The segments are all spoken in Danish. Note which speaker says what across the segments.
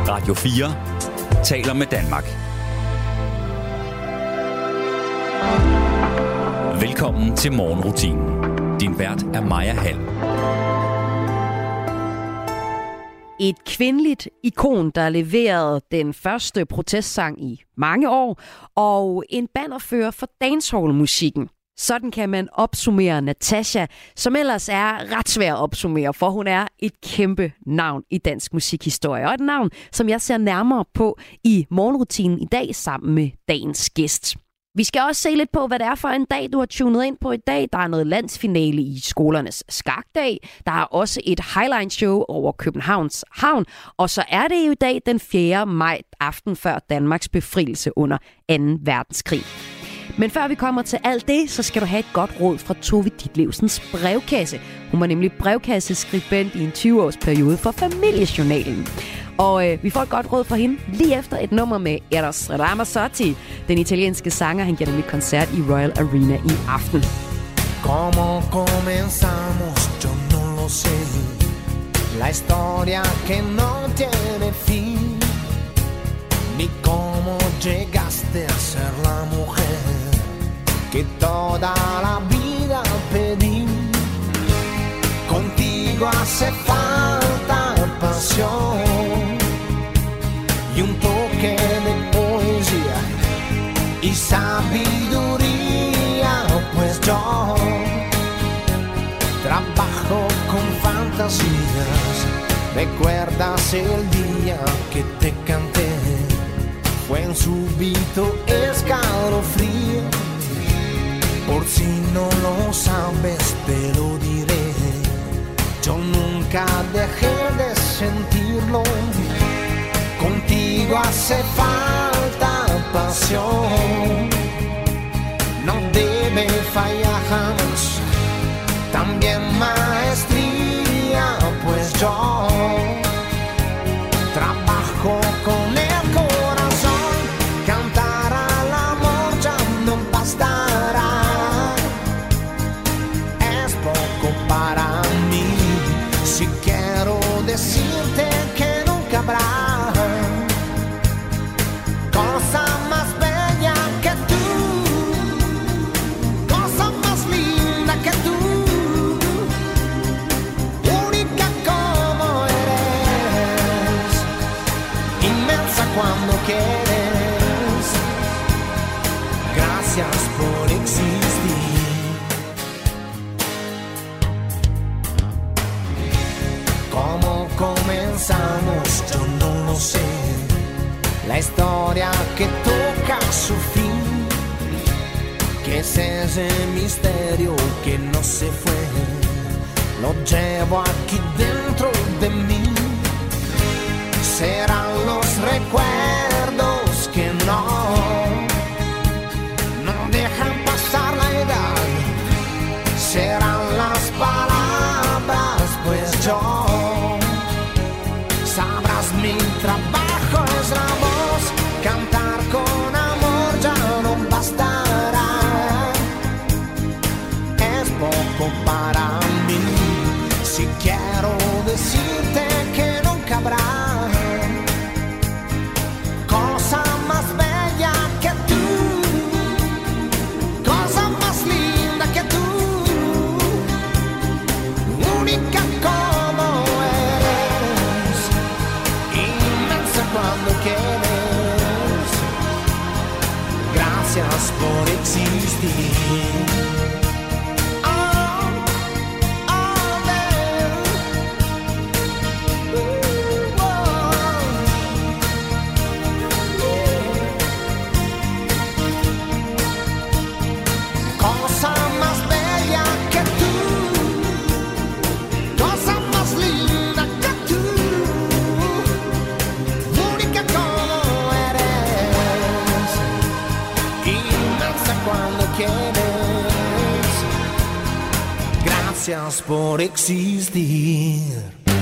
Speaker 1: Radio 4 taler med Danmark. Velkommen til morgenrutinen. Din vært er Maja Hall.
Speaker 2: Et kvindeligt ikon, der leverede den første protestsang i mange år, og en bannerfører for dancehall-musikken. Sådan kan man opsummere Natasha, som ellers er ret svær at opsummere, for hun er et kæmpe navn i dansk musikhistorie. Og et navn, som jeg ser nærmere på i morgenrutinen i dag sammen med dagens gæst. Vi skal også se lidt på, hvad det er for en dag, du har tunet ind på i dag. Der er noget landsfinale i skolernes skakdag. Der er også et highlight-show over Københavns Havn. Og så er det jo i dag den 4. maj, aften før Danmarks befrielse under 2. verdenskrig. Men før vi kommer til alt det, så skal du have et godt råd fra Tove Ditlevsens brevkasse. Hun var nemlig brevkasseskribent i en 20-års-periode for Familiejournalen. Og vi får et godt råd fra hende lige efter et nummer med Eros Ramazzotti. Den italienske sanger, han giver nemlig koncert i Royal Arena i aften.
Speaker 3: Como comenzamos, yo no lo sé. La historia que no tiene fin. Ni cómo llegaste a ser la mujer que toda la vida pedí. Contigo hace falta pasión y un toque de poesía y sabiduría, pues yo trabajo con fantasías. ¿Recuerdas el día que te canté? Fue un súbito escalofrío. Por si no lo sabes, te lo diré. Yo nunca dejé de sentirlo. Contigo hace falta pasión. No debe fallar jamás. También maestría, pues yo trabajo con el corazón. Cantar al amor ya no bastará. Es poco para mí. Si quiero decirte que nunca habrá cosa más bella que tú, cosa más linda que tú, única como eres, inmensa cuando quieres. Gracias por existir. ¿Cómo comenzamos? Yo no lo sé. La historia que toca su fin. ¿Qué es ese misterio que no se fue? Lo llevo aquí dentro de mí. Serán los recuerdos que no dejan pasar la edad. Serán las palabras, pues yo sabrás mi trabajo es la voz. Cantar con amor ya no bastará. Es poco para mí. Si quiero decirte que nunca habrá cosa más bella que tú, cosa más linda que tú, única como eres, inmensa cuando quieres. Gracias por existir. Gracias por existir.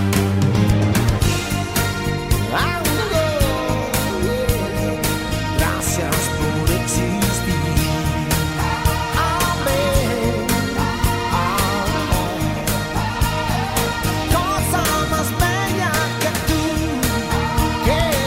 Speaker 3: Gracias por existir. Amén. Cosa más bella que tú, que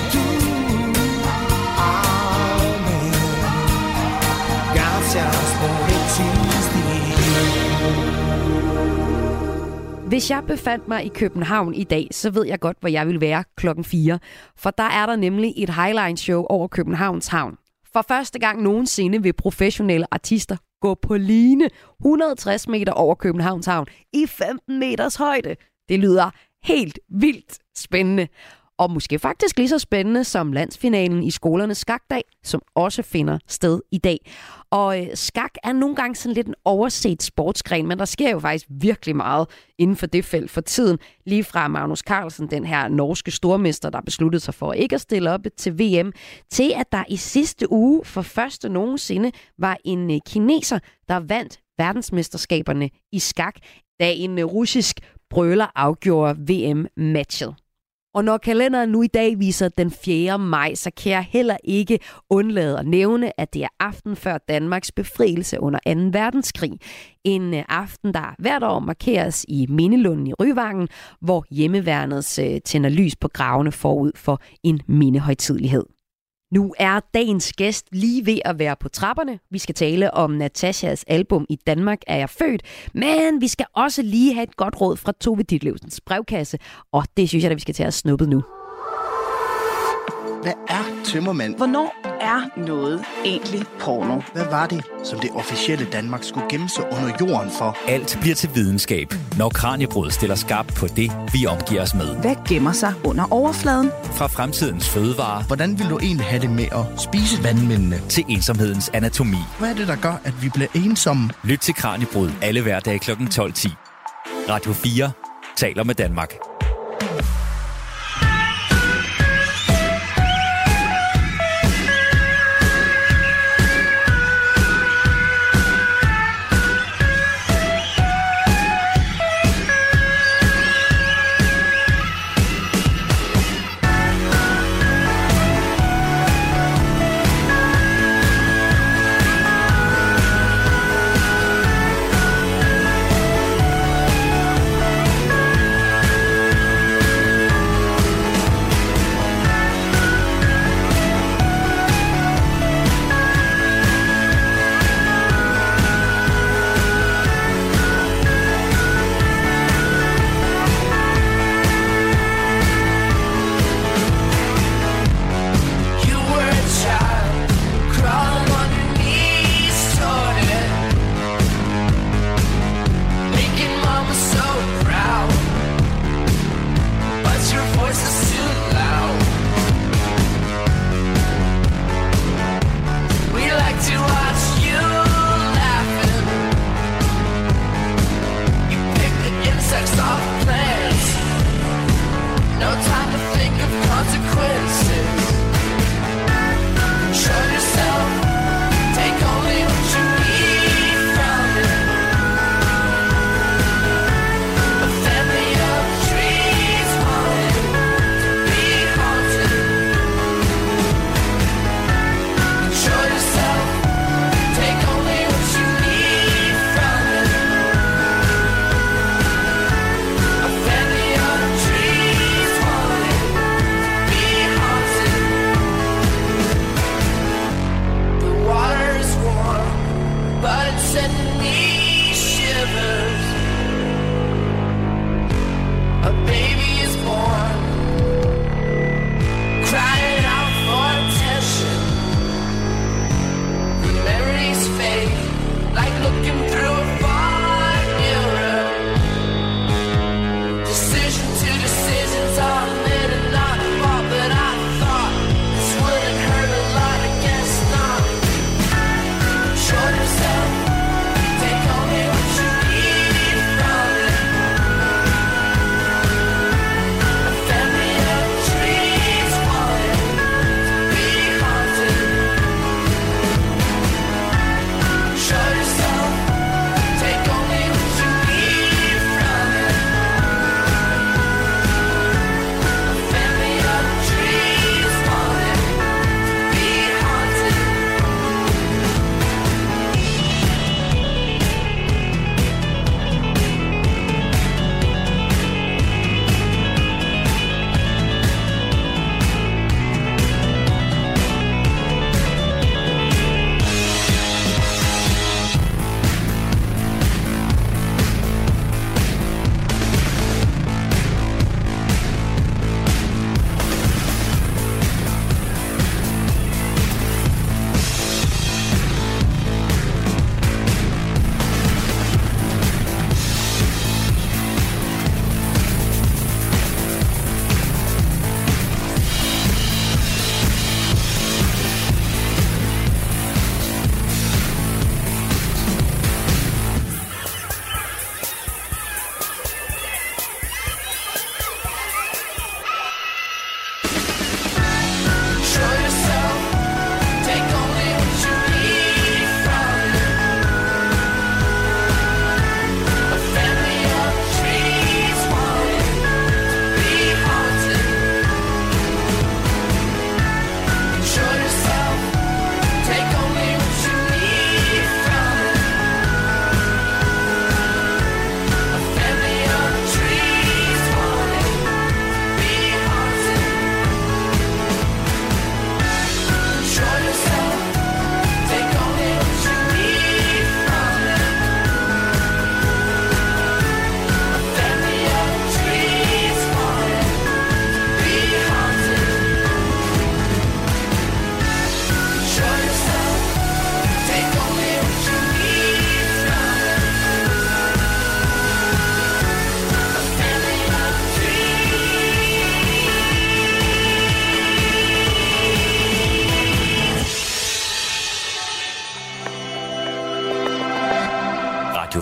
Speaker 2: Hvis jeg befandt mig i København i dag, så ved jeg godt, hvor jeg vil være 4:00. For der er der nemlig et Highline-show over Københavns Havn. For første gang nogensinde vil professionelle artister gå på line 160 meter over Københavns Havn i 15 meters højde. Det lyder helt vildt spændende. Og måske faktisk lige så spændende som landsfinalen i skolernes skakdag, som også finder sted i dag. Og skak er nogle gange sådan lidt en overset sportsgren, men der sker jo faktisk virkelig meget inden for det felt for tiden. Lige fra Magnus Carlsen, den her norske stormester, der besluttede sig for ikke at stille op til VM, til at der i sidste uge for første nogensinde var en kineser, der vandt verdensmesterskaberne i skak, da en russisk brøler afgjorde VM-matchet. Og når kalenderen nu i dag viser den 4. maj, så kan jeg heller ikke undlade at nævne, at det er aften før Danmarks befrielse under 2. verdenskrig. En aften, der hvert år markeres i Mindelunden i Ryvangen, hvor hjemmeværnets tænder lys på gravene forud for en mindehøjtidelighed. Nu er dagens gæst lige ved at være på trapperne. Vi skal tale om Natashas album I Danmark er jeg født, men vi skal også lige have et godt råd fra Tove Ditlevsens brevkasse, og det synes jeg, at vi skal tage at snuppe nu.
Speaker 4: Hvad er tømmermand?
Speaker 5: Hvornår er noget egentlig porno?
Speaker 4: Hvad var det, som det officielle Danmark skulle gemme sig under jorden for?
Speaker 1: Alt bliver til videnskab, når Kraniebrud stiller skarpt på det, vi omgiver os med.
Speaker 5: Hvad gemmer sig under overfladen?
Speaker 1: Fra fremtidens fødevarer
Speaker 4: Hvordan vil du egentlig have det med at spise vandmændene?
Speaker 1: til ensomhedens anatomi.
Speaker 4: Hvad er det, der gør, at vi bliver ensomme?
Speaker 1: Lyt til Kraniebrud alle hverdage kl. 12:10. Radio 4 taler med Danmark.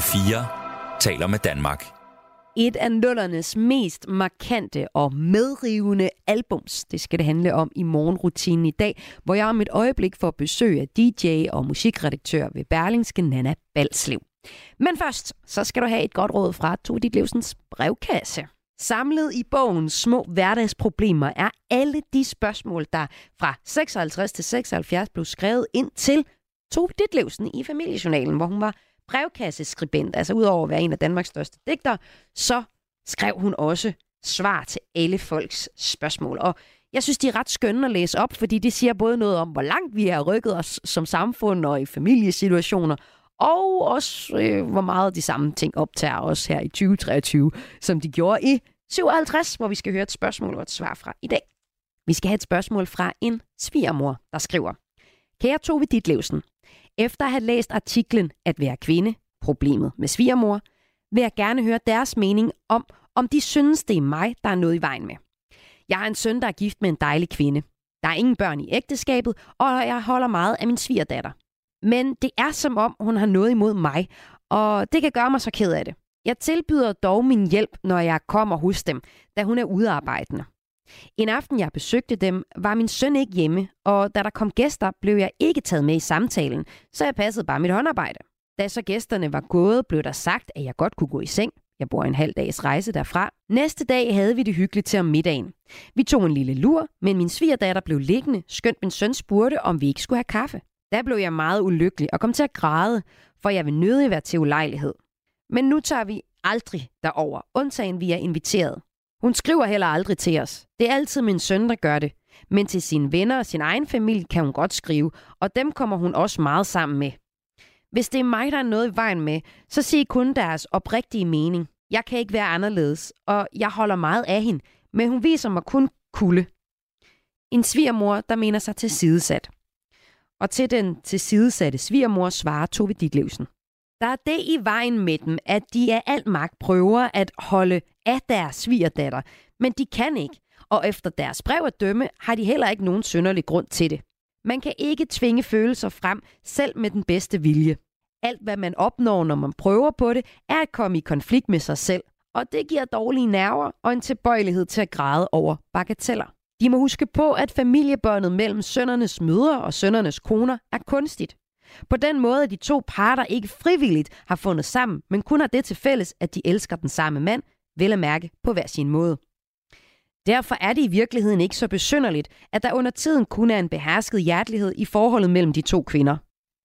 Speaker 1: 4 taler med Danmark.
Speaker 2: Et af nullernes mest markante og medrivende albums, det skal det handle om i morgenrutinen i dag, hvor jeg om et øjeblik får besøg af DJ og musikredaktør ved Berlingske, Nanna Balslev. Men først, så skal du have et godt råd fra Tove Ditlevsens brevkasse. Samlet i bogen Små hverdagsproblemer er alle de spørgsmål, der fra 56 til 76 blev skrevet ind til Tove Ditlevsen i Familiejournalen, hvor hun var brevkasseskribent. Altså udover at være en af Danmarks største digtere, så skrev hun også svar til alle folks spørgsmål. Og jeg synes, de er ret skønne at læse op, fordi det siger både noget om, hvor langt vi har rykket os som samfund og i familiesituationer, og også hvor meget de samme ting optager os her i 2023, som de gjorde i 57, hvor vi skal høre et spørgsmål og et svar fra i dag. Vi skal have et spørgsmål fra en svigermor, der skriver: Kære Tove Ditlevsen, efter at have læst artiklen At være kvinde, problemet med svigermor, vil jeg gerne høre deres mening om de synes, det er mig, der er noget i vejen med. Jeg har en søn, der er gift med en dejlig kvinde. Der er ingen børn i ægteskabet, og jeg holder meget af min svigerdatter. Men det er som om, hun har noget imod mig, og det kan gøre mig så ked af det. Jeg tilbyder dog min hjælp, når jeg kommer hos dem, da hun er udearbejdende. En aften, jeg besøgte dem, var min søn ikke hjemme, og da der kom gæster, blev jeg ikke taget med i samtalen, så jeg passede bare mit håndarbejde. Da så gæsterne var gået, blev der sagt, at jeg godt kunne gå i seng. Jeg bor en halv dags rejse derfra. Næste dag havde vi det hyggeligt til om middagen. Vi tog en lille lur, men min svigerdatter blev liggende, skønt min søn spurgte, om vi ikke skulle have kaffe. Der blev jeg meget ulykkelig og kom til at græde, for jeg vil nødig være til ulejlighed. Men nu tager vi aldrig derover, undtagen vi er inviteret. Hun skriver heller aldrig til os. Det er altid min søn, der gør det. Men til sine venner og sin egen familie kan hun godt skrive, og dem kommer hun også meget sammen med. Hvis det er mig, der er noget i vejen med, så sig kun deres oprigtige mening. Jeg kan ikke være anderledes, og jeg holder meget af hende, men hun viser mig kun kulde. En svigermor, der mener sig tilsidesat. Og til den tilsidesatte svigermor svarer Tove Ditlevsen: Der er det i vejen med dem, at de af al magt prøver at holde af deres svigerdatter, men de kan ikke, og efter deres brev at dømme, har de heller ikke nogen synderlig grund til det. Man kan ikke tvinge følelser frem, selv med den bedste vilje. Alt, hvad man opnår, når man prøver på det, er at komme i konflikt med sig selv, og det giver dårlige nerver og en tilbøjelighed til at græde over bagateller. De må huske på, at familiebåndet mellem sønnernes mødre og sønnernes koner er kunstigt. På den måde, at de to parter ikke frivilligt har fundet sammen, men kun har det til fælles, at de elsker den samme mand, vel at mærke på hver sin måde. Derfor er det i virkeligheden ikke så besynderligt, at der under tiden kun er en behersket hjertelighed i forholdet mellem de to kvinder.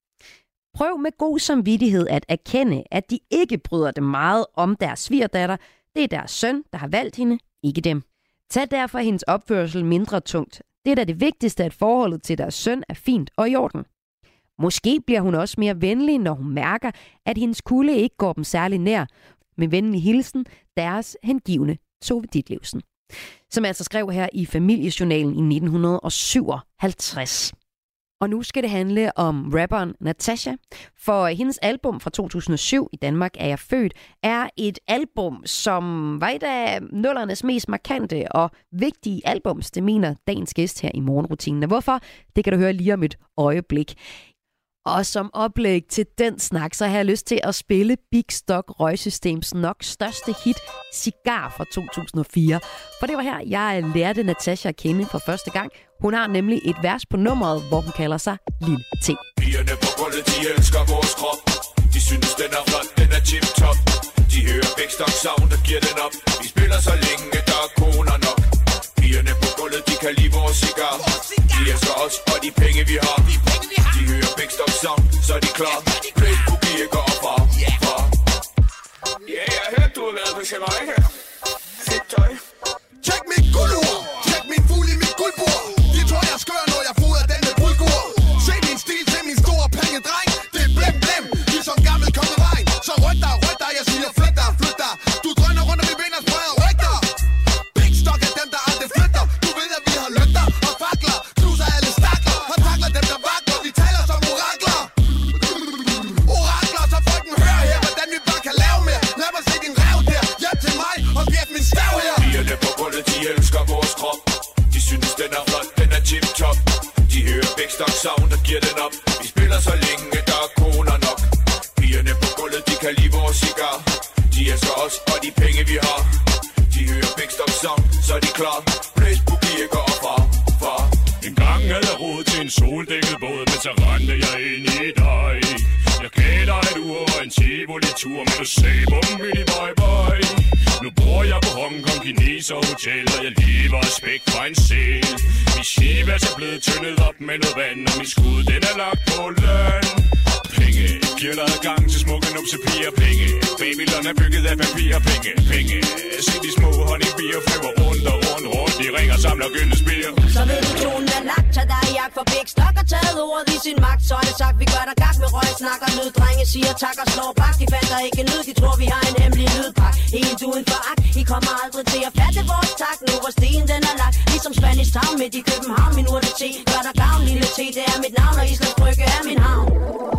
Speaker 2: Prøv med god samvittighed at erkende, at de ikke bryder dem meget om deres svigerdatter. Det er deres søn, der har valgt hende, ikke dem. Tag derfor hendes opførsel mindre tungt. Det er da det vigtigste, at forholdet til deres søn er fint og i orden. Måske bliver hun også mere venlig, når hun mærker, at hendes kulde ikke går dem særlig nær. Med venlig hilsen, deres hengivne Tove Ditlevsen, som altså skrev her i Familiejournalen i 1957. Og nu skal det handle om rapperen Natasha, for hendes album fra 2007, I Danmark er jeg født, er et album, som var et af nullernes mest markante og vigtige albums, det mener dagens gæst her i morgenrutinen. Og hvorfor? Det kan du høre lige om et øjeblik. Og som oplæg til den snak, så har jeg lyst til at spille Big Stock Røgsystems nok største hit, Cigar fra 2004. For det var her, jeg lærte Natasha at kende for første gang. Hun har nemlig et vers på nummeret, hvor hun kalder sig Lille T.
Speaker 6: Pigerne på gulvet, de elsker vores krop. De synes, den er flot, den er tip-top. De hører Big Stock sound og giver den op. Vi spiller så længe, der er koner nok. Pigerne på gulvet, de kan lide vores cigar. De elsker os og de penge, vi har. De hører Big Stock sound, så er de klar. Play på kirker og far. Ja, jeg har hørt, du har været på Jamaica. Fedt tøj.
Speaker 7: Tjek mit guldur. Tjek min fugl i mit guldbord. De tror, jeg skør, når jeg fodrer den med bulgur. Se min stil til min store pengedreng. Det er blem, blem, ligesom gammel kongevejen. Så ryk dig, jeg siger flyt dig, flyt dig. Du drønner rundt om i ben og spreder ryk dig. Big Stock er dem, der aldrig flytter. Du ved, at vi har lygter og fakler. Knuser alle stakler og takler dem, der vakler. Vi taler som orakler. Orakler, så frygten hør her, hvordan vi bare kan lave mere. Lad mig se din ræv der, hjælp til mig og bjæft min stav her.
Speaker 6: Pigerne på gulvet, de elsker vores krop. De synes, den er flot, den er tip-top. De hører Big Stock sound og giver den op. Vi spiller så længe, der er koner nok. Pigerne på gulvet, de kan lide vores vores cigar. De elsker os og de penge vi har. De hører Big Stop Sound, så er de klar. Blæs på kirker og far.
Speaker 8: En gang havde jeg råd til en soldækket båd, men så rendte jeg ind i dig. Jeg gav dig et ur og en Tivoli-tur, men du sagde bombillig bye. Nu bor jeg på Hongkong, kineser hotel, og jeg lever af spæk fra en sæl. Min skib er så blevet tyndet op med noget vand, og min skud den er lagt på land. Penge, giver dig adgang til smukke numsepiger. Penge, Babylon er bygget af papir. Penge, se de små honeybier flyver rundt og rundt. De ringer og samler gyldne spire.
Speaker 9: Så ved du tonen er lagt, tag dig i jagt for Big Stok og taget ordet i sin magt. Så er det sagt, vi gør dig gang med røg, snakker lyd. Drenge siger tak og slår bak. De fatter ikke lyd, de tror vi har en hemmelig lydpak. Helt uden for akt, I kommer aldrig til at fatte vores tak. Nu hvor stien den er lagt, ligesom Spanish Town midt i København. Min urte te, gør dig gavn, lille te, det er mit navn. Og Islands Brygge er min havn.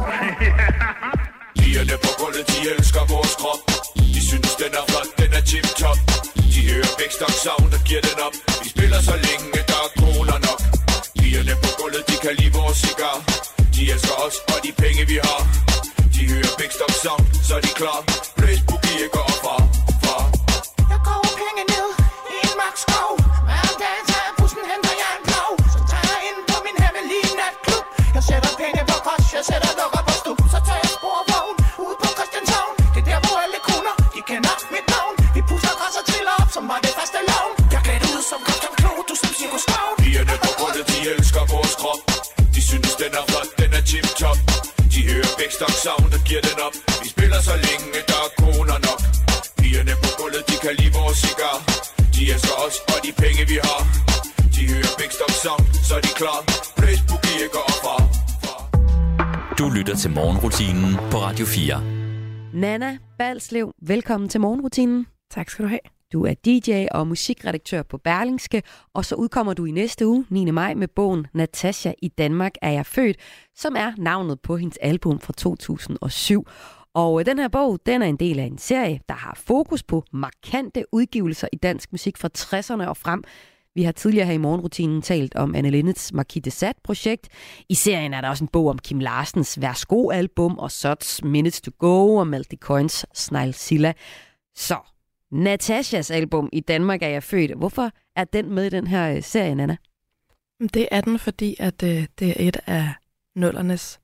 Speaker 6: Pigerne på gulvet, de elsker vores krop. De synes den er flot, den er tip-top. De hører Big Stop Sound og giver den op. Vi spiller så længe, der er kroner nok. Pigerne på gulvet, de kan lide vores cigar. De elsker os og de penge vi har. De hører Big Stop Sound, så er de klar. Blæs på kirker og far.
Speaker 7: Jeg går penge ned i en magtskov. Hver dag tager bussen, henter jeg en plov. Så tager jeg ind på min hemmelige natklub. Jeg sætter penge på kors, jeg sætter lukker på stup. Så tager jeg sporvogn ud på Christianshavn. Det er der hvor alle kunder, de kender mit navn. Vi puster græs og triller op, som var det faste lavn. Jeg klædt ud som Christian Klo, du som Cirkus Skov.
Speaker 6: Pigerne på gulvet, de elsker vores krop. De synes den er flot, den er tip-top. De hører Big Stop Sound og giver den op. Vi spiller så længe, der er kroner nok. Pigerne på gulvet, de kan lide vores cigar. De elsker os og de penge vi har. De hører Big Stop Sound, så er de klar. Blæs på kirker og far.
Speaker 1: Du lytter til morgenrutinen på Radio 4.
Speaker 2: Nanna Balslev, velkommen til morgenrutinen.
Speaker 5: Tak skal du have.
Speaker 2: Du er DJ og musikredaktør på Berlingske, og så udkommer du i næste uge, 9. maj, med bogen Natasja i Danmark er jeg født, som er navnet på hendes album fra 2007. Og den her bog, den er en del af en serie, der har fokus på markante udgivelser i dansk musik fra 60'erne og frem. Vi har tidligere her i morgenrutinen talt om Anne Linnets Marquis de Sade-projekt. I serien er der også en bog om Kim Larsens Værsgo-album, og Sots Minutes to Go, og Malte Coynes Snailsilla. Så Natasjas album I Danmark er jeg født. Hvorfor er den med i den her serie, Nanna?
Speaker 10: Det er den, fordi at det er et af nullernes,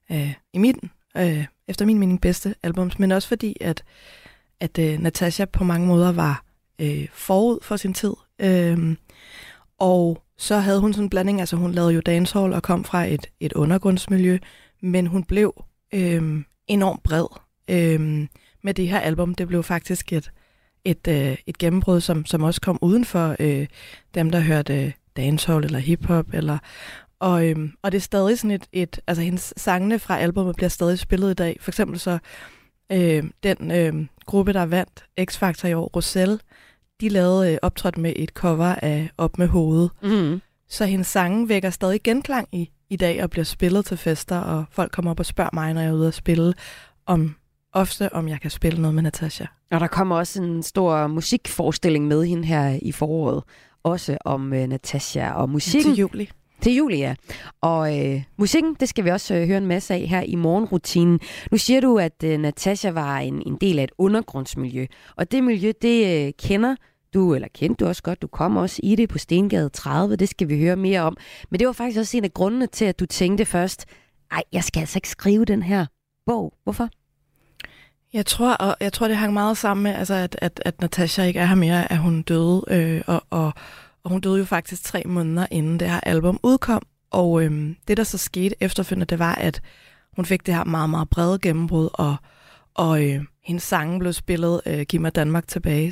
Speaker 10: efter min mening, bedste albums, men også fordi, at Natasja på mange måder var forud for sin tid. Og så havde hun sådan en blanding, altså hun lavede jo dancehall og kom fra et undergrundsmiljø, men hun blev enormt bred med det her album. Det blev faktisk et gennembrud, som også kom uden for dem, der hørte dancehall eller hiphop. Og det er stadig sådan altså hendes sangene fra albumet bliver stadig spillet i dag. For eksempel så den gruppe, der vandt X-Factor i år, Roselle, de lavede optrådt med et cover af Op med hovedet. Mm. Så hendes sange vækker stadig genklang i dag og bliver spillet til fester, og folk kommer op og spørger mig, når jeg er ude at spille, om jeg kan spille noget med Natasja.
Speaker 2: Og der kommer også en stor musikforestilling med hende her i foråret, også om Natasja og musikken.
Speaker 10: Til juli.
Speaker 2: Til juli, ja. Og musikken, det skal vi også høre en masse af her i morgenrutinen. Nu siger du, at Natasja var en del af et undergrundsmiljø, og det miljø, det kendte du også godt. Du kom også i det på Stengade 30, det skal vi høre mere om. Men det var faktisk også en af grundene til, at du tænkte først, jeg skal altså ikke skrive den her bog. Hvorfor?
Speaker 10: Jeg tror, det hang meget sammen med, altså, at Natasja ikke er her mere, at hun døde, og hun døde jo faktisk 3 måneder inden det her album udkom. Og det, der så skete efterfølgende, det var, at hun fik det her meget, meget brede gennembrud, og hendes sange blev spillet Giv mig Danmark tilbage,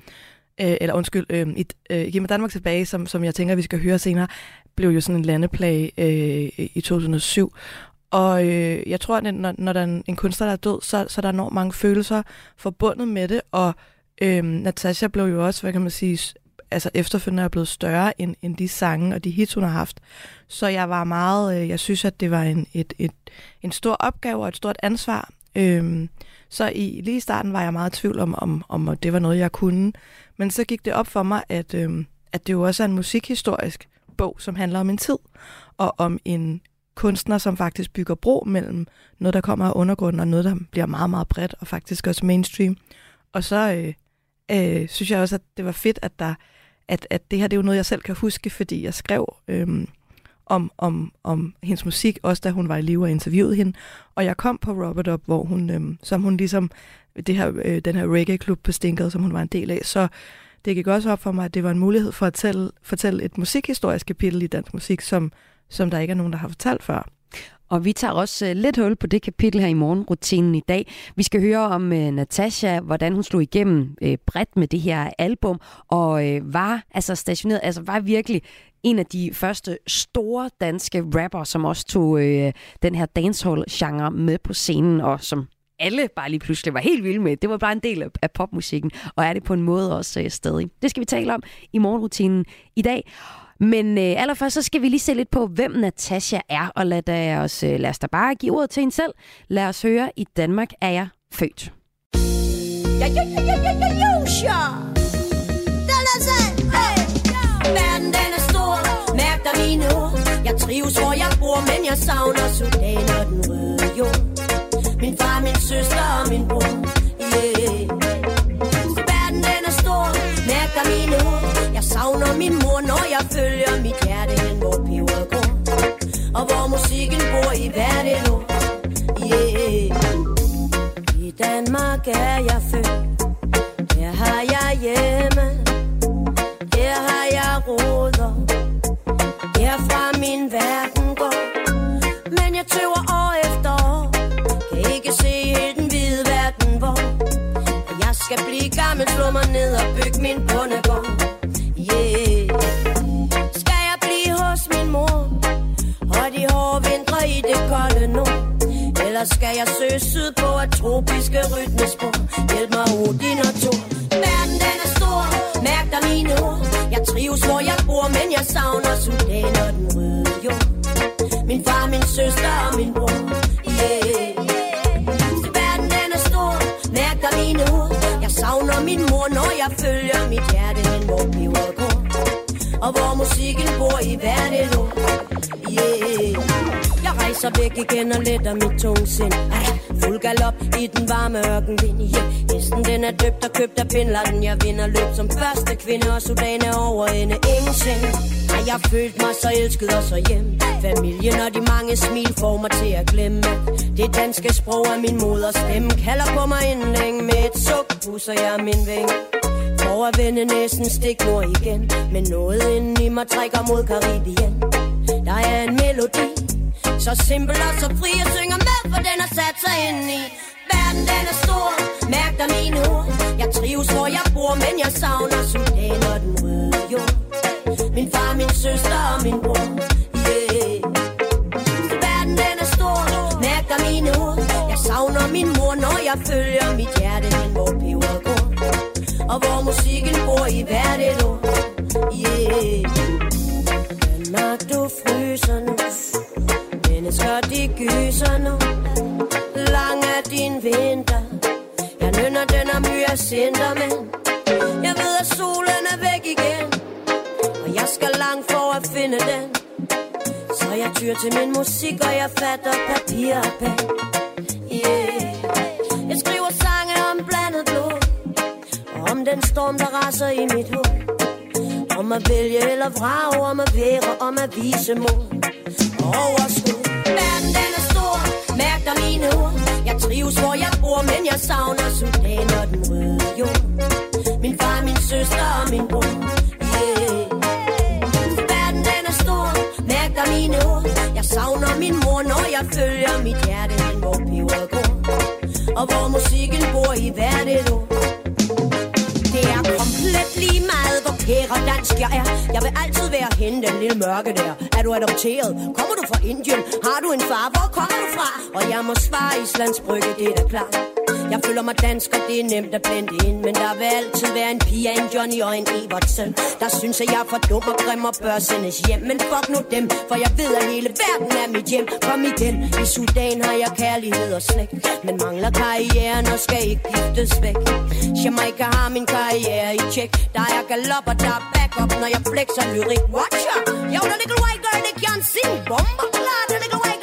Speaker 10: Giv mig Danmark tilbage, som jeg tænker, vi skal høre senere, blev jo sådan en landeplage i 2007. Og jeg tror, at når der er en kunstner, der er død, så er der enormt mange følelser forbundet med det, og Natasja blev jo også, hvad kan man sige, altså efterfølgende er blevet større end de sange og de hits, hun har haft. Så jeg var meget, jeg synes, at det var en stor opgave og et stort ansvar. Så lige i starten var jeg meget i tvivl om det var noget, jeg kunne. Men så gik det op for mig, at det jo også er en musikhistorisk bog, som handler om en tid, og om kunstner, som faktisk bygger bro mellem noget, der kommer af undergrunden, og noget, der bliver meget, meget bredt, og faktisk også mainstream. Og så synes jeg også, at det var fedt, at det her det er jo noget, jeg selv kan huske, fordi jeg skrev om hendes musik, også da hun var i live og interviewede hende. Og jeg kom på Robert Up, hvor hun, som hun ligesom, den her reggae-klub på Stinket, som hun var en del af, så det gik også op for mig, at det var en mulighed for at fortælle et musikhistorisk kapitel i dansk musik, som der ikke er nogen, der har fortalt før.
Speaker 2: Og vi tager også lidt hul på det kapitel her i morgenrutinen i dag. Vi skal høre om Natasja, hvordan hun slog igennem bredt med det her album, og var stationeret, var virkelig en af de første store danske rapper, som også tog den her dancehall-genre med på scenen, og som alle bare lige pludselig var helt vilde med. Det var bare en del af popmusikken, og er det på en måde også stadig. Det skal vi tale om i morgenrutinen i dag. Men allerførst så skal vi lige se lidt på, hvem Natasja er, og lad os da bare give ordet til hende selv. Lad os høre, i Danmark er jeg født.
Speaker 9: Verden den er stor, mærk dig mine ord. Jeg trives hvor jeg bor, men jeg savner Sudan og den røde jord. Min far, min søster og min bror, yeah. Verden den er stor, mærk dig mine ord. Jeg savner min mor, når jeg følger mit hjerte hen, hvor peberet går. Og hvor musikken bor i hvert et år, yeah. I Danmark er jeg født, her har jeg hjemme. Her har jeg roder, herfra min verden går. Men jeg tøver år efter år, kan ikke se helt den hvide verden, hvor jeg skal blive gammel, slå mig ned og bygge min bondegård. Yeah. Skal jeg blive hos min mor, og de hårde vintre i det kolde nord? Eller skal jeg søge syd på et tropiske rytmespor? Hjælp mig Odin og Thor. Verden den er stor, mærk dig mine ord. Jeg trives hvor jeg bor, men jeg savner Sudan og den røde jord. Min far, min søster og min bror, yeah. Verden den er stor, mærk dig mine ord. Jeg savner min mor, når jeg følger mit hjerte hen, hvor peberet går. Og hvor musikken bor i hvert et år, yeah. Jeg rejser væk igen og letter mit tungsind. Fuld galop i den varme ørkenvind, yeah. Hesten den er døbt og købt af Bin Laden. Jeg vinder løb som første kvinde, og Sudan er over ende ingenting. Har jeg følt mig så elsket og så hjem. Familien og de mange smil får mig til at glemme. Det danske sprog er min moders stemme. Kalder på mig inden længe, med et suk pusser jeg min vinge. For at vende næsten stik nord igen. Men noget inden i mig trækker mod Karibien. Der er en melodi, så simpel og så fri, jeg synger med, for den har sat sig ind i. Verden den er stor, mærk dig mine ord. Jeg trives hvor jeg bor, men jeg savner Sudan og den røde jord. Min far, min søster og min bror, yeah. Verden den er stor, mærk dig mine ord. Jeg savner min mor, når jeg følger mit hjerte hen, hvor peberet går. Og hvor musikken bor i hvert et år, yeah. Danmark, du fryser nu. Mennesker, de gyser nu. Lang er din vinter. Jeg nynner den og mye sinter, men jeg ved, at solen er væk igen. Og jeg skal langt for at finde den. Så jeg tyr til min musik, og jeg fatter papir og pen, yeah. Jeg skriver sange om blandet blod, og om den storm, der raser i mit hoved. Om at vælge eller vrage, om at være, om at vise mod og overskud. Verden den er stor, mærk dig mine ord. Jeg trives hvor jeg bor, men jeg savner Sudan og den røde jord. Min far, min søster og min bror, yeah. Verden den er stor, mærk dig mine ord. Jeg savner min mor, når jeg følger mit hjerte hen, hvor peberet går. Og hvor musikken bor i hvert et år. Det er komplet lige meget, hvor kære dansk jeg er. Jeg vil altid være hende, den lille mørke der. Er du adopteret? Kommer du fra Indien? Har du en far? Hvor kommer du fra? Og jeg må svare Islands Brygge, det er da klart. Jeg føler mig dansk, og det er nemt at blende ind. Men der vil altid være en Pia, en Johnny og en Evertsen, der synes, at jeg er for dum og grim og bør sendes hjem. Men fuck nu dem, for jeg ved, at hele verden er mit hjem. Kom igen, i Sudan har jeg kærlighed og slægt, men mangler karrieren og skal ikke giftes væk. Jamaica har min karriere i tjek. Der er galop og der er backup, når jeg flexer lyrik. Watcher, yo, the little white girl, they can't sing. Bomber klar, the little white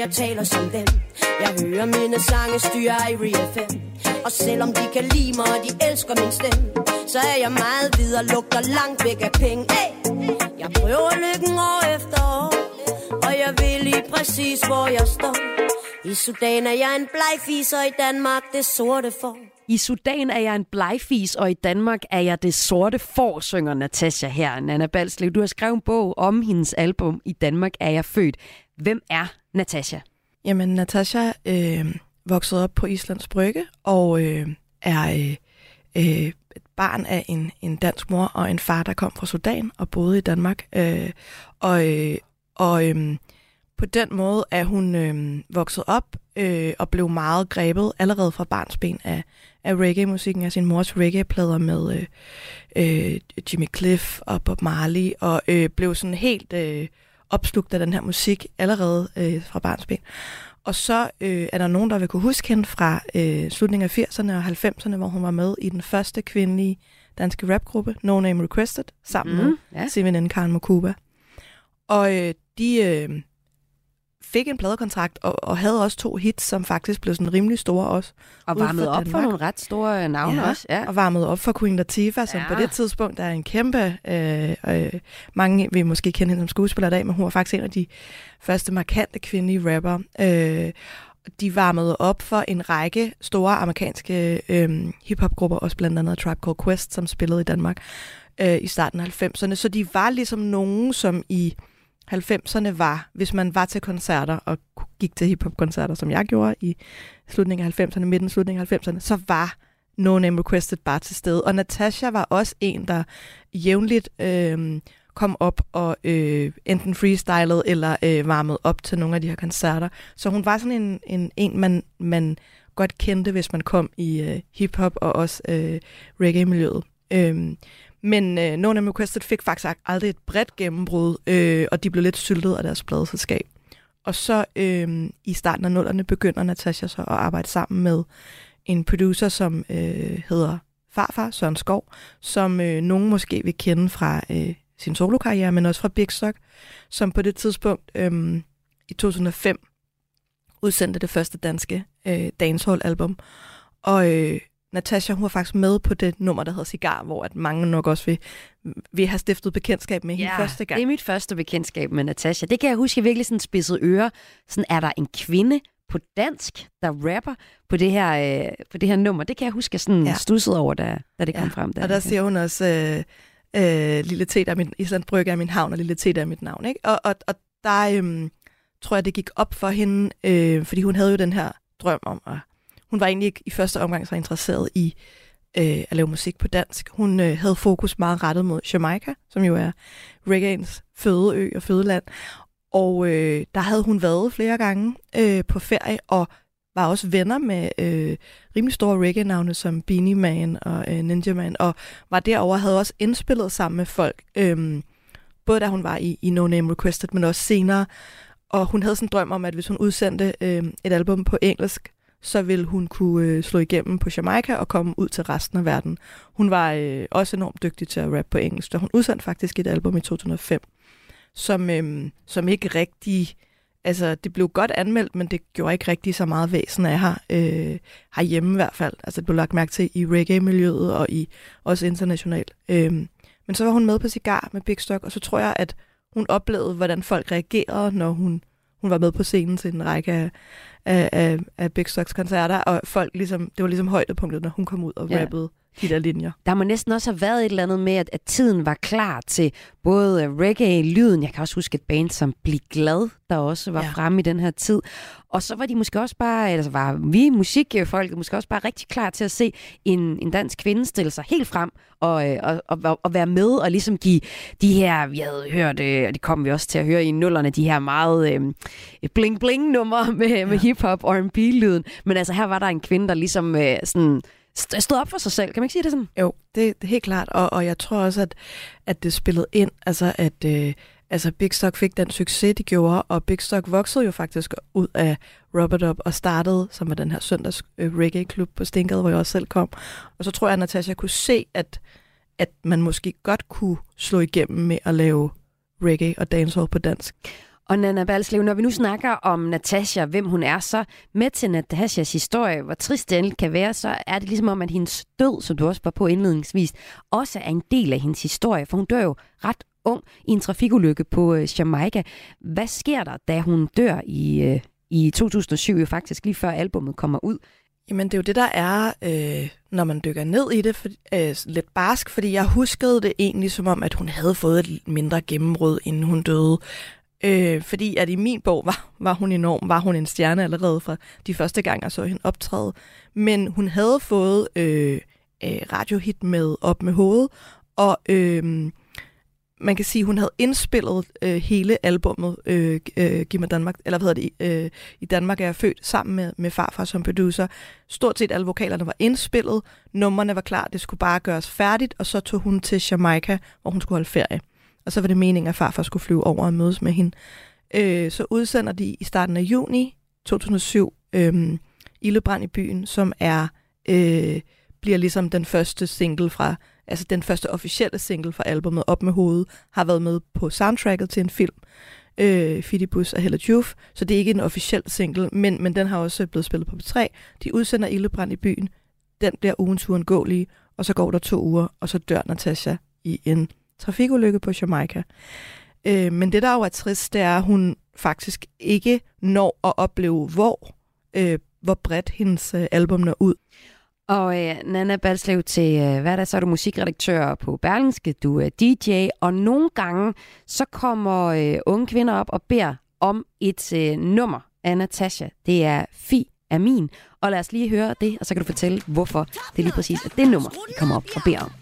Speaker 9: jeg taler som dem. Jeg hører mine sange styre i FM. Og selvom de kan lide mig, og de elsker min stemme, så er jeg meget videre, lugter langt væk af penge. Hey! Jeg prøver lykken år efter år, og jeg ved lige præcis, hvor jeg står. I Sudan er jeg en blegfis, og i Danmark det sorte får.
Speaker 2: I Sudan er jeg en blegfis, og i Danmark er jeg det sorte får, synger Natasja her. Nanna Balslev, du har skrevet en bog om hendes album I Danmark er jeg født. Hvem er Natasja?
Speaker 10: Jamen, Natasja voksede op på Islands Brygge, og er et barn af en dansk mor og en far, der kom fra Sudan og boede i Danmark. På den måde er hun vokset op og blev meget grebet allerede fra barnsben af reggae-musikken, af sin mors reggae-plader med Jimmy Cliff og Bob Marley, og blev sådan helt opslugt af den her musik allerede fra barnsben. Og så er der nogen, der vil kunne huske hende fra slutningen af 80'erne og 90'erne, hvor hun var med i den første kvindelige danske rapgruppe, No Name Requested, sammen med Sivinen Karen Mokuba. Og de fik en pladekontrakt og havde også 2 hits, som faktisk blev sådan rimelig store også.
Speaker 2: Og varmede op for nogle ret store navne også. Ja,
Speaker 10: og varmede op for Queen Latifah, som på det tidspunkt er en kæmpe... mange vil måske kende hende som skuespiller i dag, men hun var faktisk en af de første markante kvindelige rapper. De varmede op for en række store amerikanske hiphop-grupper, også blandt andet Tribe Called Quest, som spillede i Danmark i starten af 90'erne. Så de var ligesom nogen, som i 90'erne var, hvis man var til koncerter og gik til hiphop-koncerter, som jeg gjorde i slutningen af 90'erne, midten af slutningen af 90'erne, så var No Name Requested bare til stede. Og Natasja var også en, der jævnligt kom op og enten freestylede eller varmede op til nogle af de her koncerter. Så hun var sådan en man godt kendte, hvis man kom i hiphop og også reggae-miljøet. Men No Name Requested fik faktisk aldrig et bredt gennembrud, og de blev lidt syltet af deres pladeselskab. Og så i starten af 00'erne begynder Natasja så at arbejde sammen med en producer, som hedder Farfar, Søren Skov, som nogen måske vil kende fra sin solokarriere, men også fra Big Stock, som på det tidspunkt i 2005 udsendte det første danske dancehall-album. Og Natasja, hun var faktisk med på det nummer, der hedder Cigar, hvor at mange nok også vil have stiftet bekendtskab med hende første gang.
Speaker 2: Det er mit første bekendtskab med Natasja. Det kan jeg huske, jeg virkelig sådan spidsede ører. Sådan, er der en kvinde på dansk, der rapper på det her nummer? Det kan jeg huske, jeg sådan studsede over, da det kom frem.
Speaker 10: Og der siger hun også, Lille T, der er min Islands Brygge er min havn, og Lille T, der er mit navn. Ikke? Og der tror jeg, det gik op for hende, fordi hun havde jo den her drøm om at... Hun var egentlig ikke i første omgang så interesseret i at lave musik på dansk. Hun havde fokus meget rettet mod Jamaica, som jo er reggaeens fødeø og fødeland. Og der havde hun været flere gange på ferie, og var også venner med rimelig store reggae-navne som Beanie Man og Ninja Man, og var derovre og havde også indspillet sammen med folk, både da hun var i No Name Requested, men også senere. Og hun havde sådan en drøm om, at hvis hun udsendte et album på engelsk, så ville hun kunne slå igennem på Jamaica og komme ud til resten af verden. Hun var også enormt dygtig til at rappe på engelsk, og hun udsendte faktisk et album i 2005, som ikke rigtig... Altså, det blev godt anmeldt, men det gjorde ikke rigtig så meget væsen af her herhjemme i hvert fald. Altså, det blev lagt mærke til i reggae-miljøet og i også internationalt. Men så var hun med på Cigar med Big Stock, og så tror jeg, at hun oplevede, hvordan folk reagerede, når hun var med på scenen til en række af Big Stocks koncerter, og folk ligesom, det var ligesom højdepunktet, når hun kom ud og rappede de der linjer.
Speaker 2: Der må næsten også have været et eller andet med, at tiden var klar til både reggae-lyden. Jeg kan også huske et band som Bliv Glad, der også var fremme i den her tid. Og så var de måske også bare, altså var vi musikfolket måske også bare rigtig klar til at se en dansk kvinde stille sig helt frem og være med og ligesom give de her, vi havde hørt, og det kom vi også til at høre i 00'erne, de her meget bling-bling-numre med hip-hop og R&B-lyden. Men altså her var der en kvinde, der ligesom sådan stod op for sig selv. Kan man ikke sige det sådan?
Speaker 10: Jo, det er helt klart, og jeg tror også, at det spillede ind, altså at Big Stock fik den succes, de gjorde, og Big Stock voksede jo faktisk ud af Rub It Up og startede, som var den her søndags reggae-klub på Stinkade, hvor jeg også selv kom. Og så tror jeg, at Natasja kunne se, at man måske godt kunne slå igennem med at lave reggae og dancehall på dansk.
Speaker 2: Og Nanna Balslev, når vi nu snakker om Natasja, hvem hun er, så med til Natasjas historie, hvor trist den kan være, så er det ligesom om, at hendes død, som du også var på indledningsvis, også er en del af hendes historie, for hun dør jo ret ung i en trafikulykke på Jamaica. Hvad sker der, da hun dør i 2007, jo faktisk lige før albumet kommer ud?
Speaker 10: Jamen, det er jo det, der er, når man dykker ned i det, lidt barsk, fordi jeg huskede det egentlig som om, at hun havde fået et mindre gennembrud, inden hun døde. Fordi at i min bog var hun enorm, var hun en stjerne allerede fra de første gange, jeg så hende optræde. Men hun havde fået radiohit med Op med hovedet, og man kan sige, at hun havde indspillet hele albummet Giv mig Danmark, eller hvad hedder det, I Danmark er jeg født, sammen med farfar som producer. Stort set alle vokalerne var indspillet, numrene var klar, det skulle bare gøres færdigt, og så tog hun til Jamaica, hvor hun skulle holde ferie. Og så var det meningen, at farfar skulle flyve over og mødes med hende. Så udsender de i starten af juni 2007 Ildebrand i byen, som bliver ligesom den første single fra, altså den første officielle single fra albumet Op med hovedet, har været med på soundtracket til en film, Fidibus og Hella Juf, så det er ikke en officiel single, men den har også blevet spillet på P3. De udsender Ildebrand i byen, den bliver ugens uundgåelige, og så går der 2 uger, og så dør Natasja i en trafikulykke på Jamaica. Men det, der jo er trist, det er, at hun faktisk ikke når at opleve, hvor bredt hendes album når ud.
Speaker 2: Og Nanna Balslev, til hverdag, så er du musikredaktør på Berlingske, du er DJ, og nogle gange så kommer unge kvinder op og beder om et nummer af Natasja. Det er Fi er min. Og lad os lige høre det, og så kan du fortælle, hvorfor det er lige præcis er det nummer, de kommer op og beder om.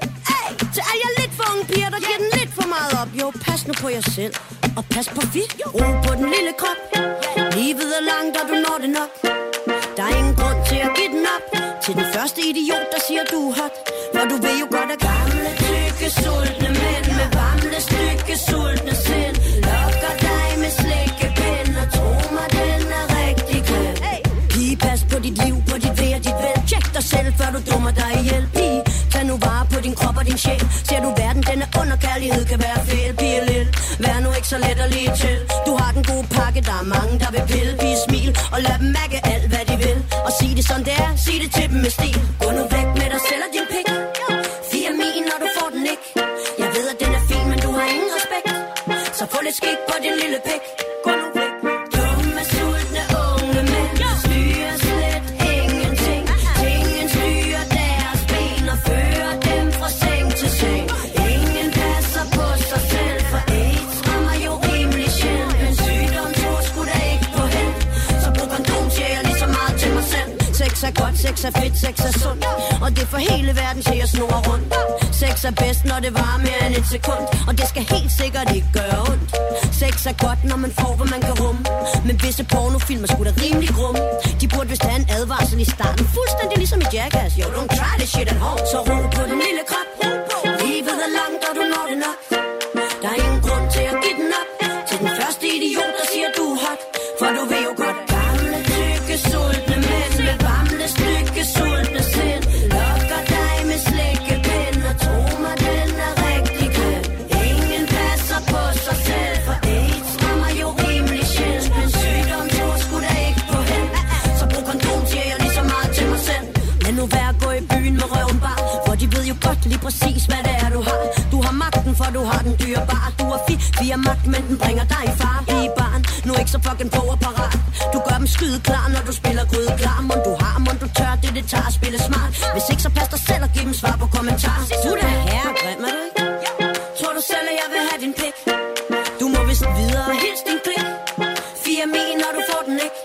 Speaker 9: Så er jeg lidt for unge piger, der giver den lidt for meget op. Jo, pas nu på jer selv, og pas på Fi. Ro på den lille krop. Livet er langt, og du når det nok. Der er ingen grund til at give den op til den første idiot, der siger, du er hot. For du ved jo godt, at gamle, tykke, sultne mænd med varmle, stykke, sultne sind lokker dig med slikkepind, og tro mig, den er rigtig grim. Pige, pas på dit liv, på dit ved og dit vel. Tjek dig selv, før du dummer dig ihjel. Pige, tag nu vare på din krop og din sjæl. Ser du verden, denne underkærlighed kan være fæl. Pige lille, vær nu ikke så let at lige til. Du har den gode pakke, der er mange, der vil pille. Pige, smil og lad dem mærke alt, hvad de vil. Og sig det som det er, sig det til dem med stil. Gå nu væk med dig selv og din pik. Fi er min, når du får den ikke. Jeg ved, at den er fin, men du har ingen respekt. Så få lidt skik på din lille pik. Gå nu væk. Dumme, sultne, unge mænd styrer slet ingenting. Ingen styrer deres ben og fører dem fra seng til seng. Ingen passer på sig selv, for AIDS rammer jo rimelig sjældent. En sygdom tror sgu da ikke på held. Så brug kondom, siger jeg lige så meget til mig selv. Sex er godt, sex er fedt, sex er sundt. Og det får hele verden til at snurre rundt. Sex er bedst, når det varer mere end et sekund. Og det skal helt sikkert ikke gøre ondt. Sex er godt, når man får, hvad man kan rumme. Men visse pornofilm er sgu da rimelig grumme. De burde vist have en advarsel i starten. Fuldstændig ligesom i Jackass. Yo, don't try this shit at home. Så ro på den lille krop. Livet er langt, og du når det nok. Der er ingen grund til at give den op til den første idiot, der siger, du er hot. For du ved jo godt, gamle, tykke, sultne mænd med varmle, stykke, sultne sind lokker dig med slikkepind, og tro mig, den er rigtig grim. Ingen passer på sig selv, for AIDS rammer jo rimelig sjældent. Men sygdom tror sgu da ikke på held. Så brug kondom, siger jeg lige så meget til mig selv. Lad nu være at gå i byen med røven bar, for de ved jo godt lige præcis, hvad det er, du har. Du har magten, for du har den dyrebare. Du er fi er magt, men den bringer dig i far. Pige barn, nu ikke så fucking på og parat. Du gør dem skyde klar, når du spiller gryde klar. Mon du har, mon du tør, det tager at spille smart. Hvis ikke, så pas dig selv og giv dem svar på kommentar. Du er da herre, grim er du ikke? Tror du selv, at jeg vil have din pik? Du må vist videre og hils din klik. Fi er min, når du får den ikke.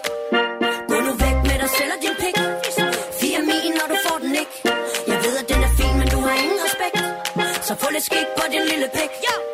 Speaker 9: Gå nu væk med dig selv og din pik. Fi er min, når du får den ikke. Jeg ved, at den er fin, men du har ingen respekt. Så få lidt skik på din lille pik.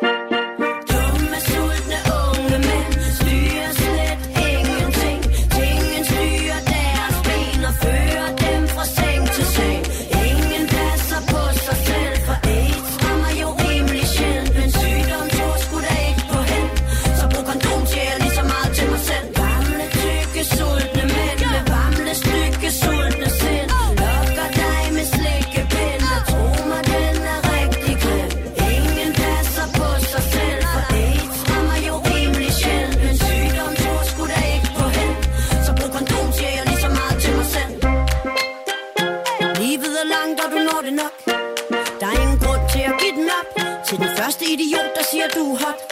Speaker 9: Dumme, sultne, unge mænd styrer slet ingenting. Ingen styrer deres ben og fører dem fra seng til seng. Ingen passer på sig selv, for AIDS rammer jo rimelig sjældent. Men sygdom tror sgu da ikke på held. Så brug kondom, siger jeg lige så meget til mig selv. Gamle, tykke, sultne mænd med varmle, stykke, sultne sind lokker dig med slikkepind, og tro mig, den er rigtig grim. Ingen passer på til den første idiot, der siger, du er hot.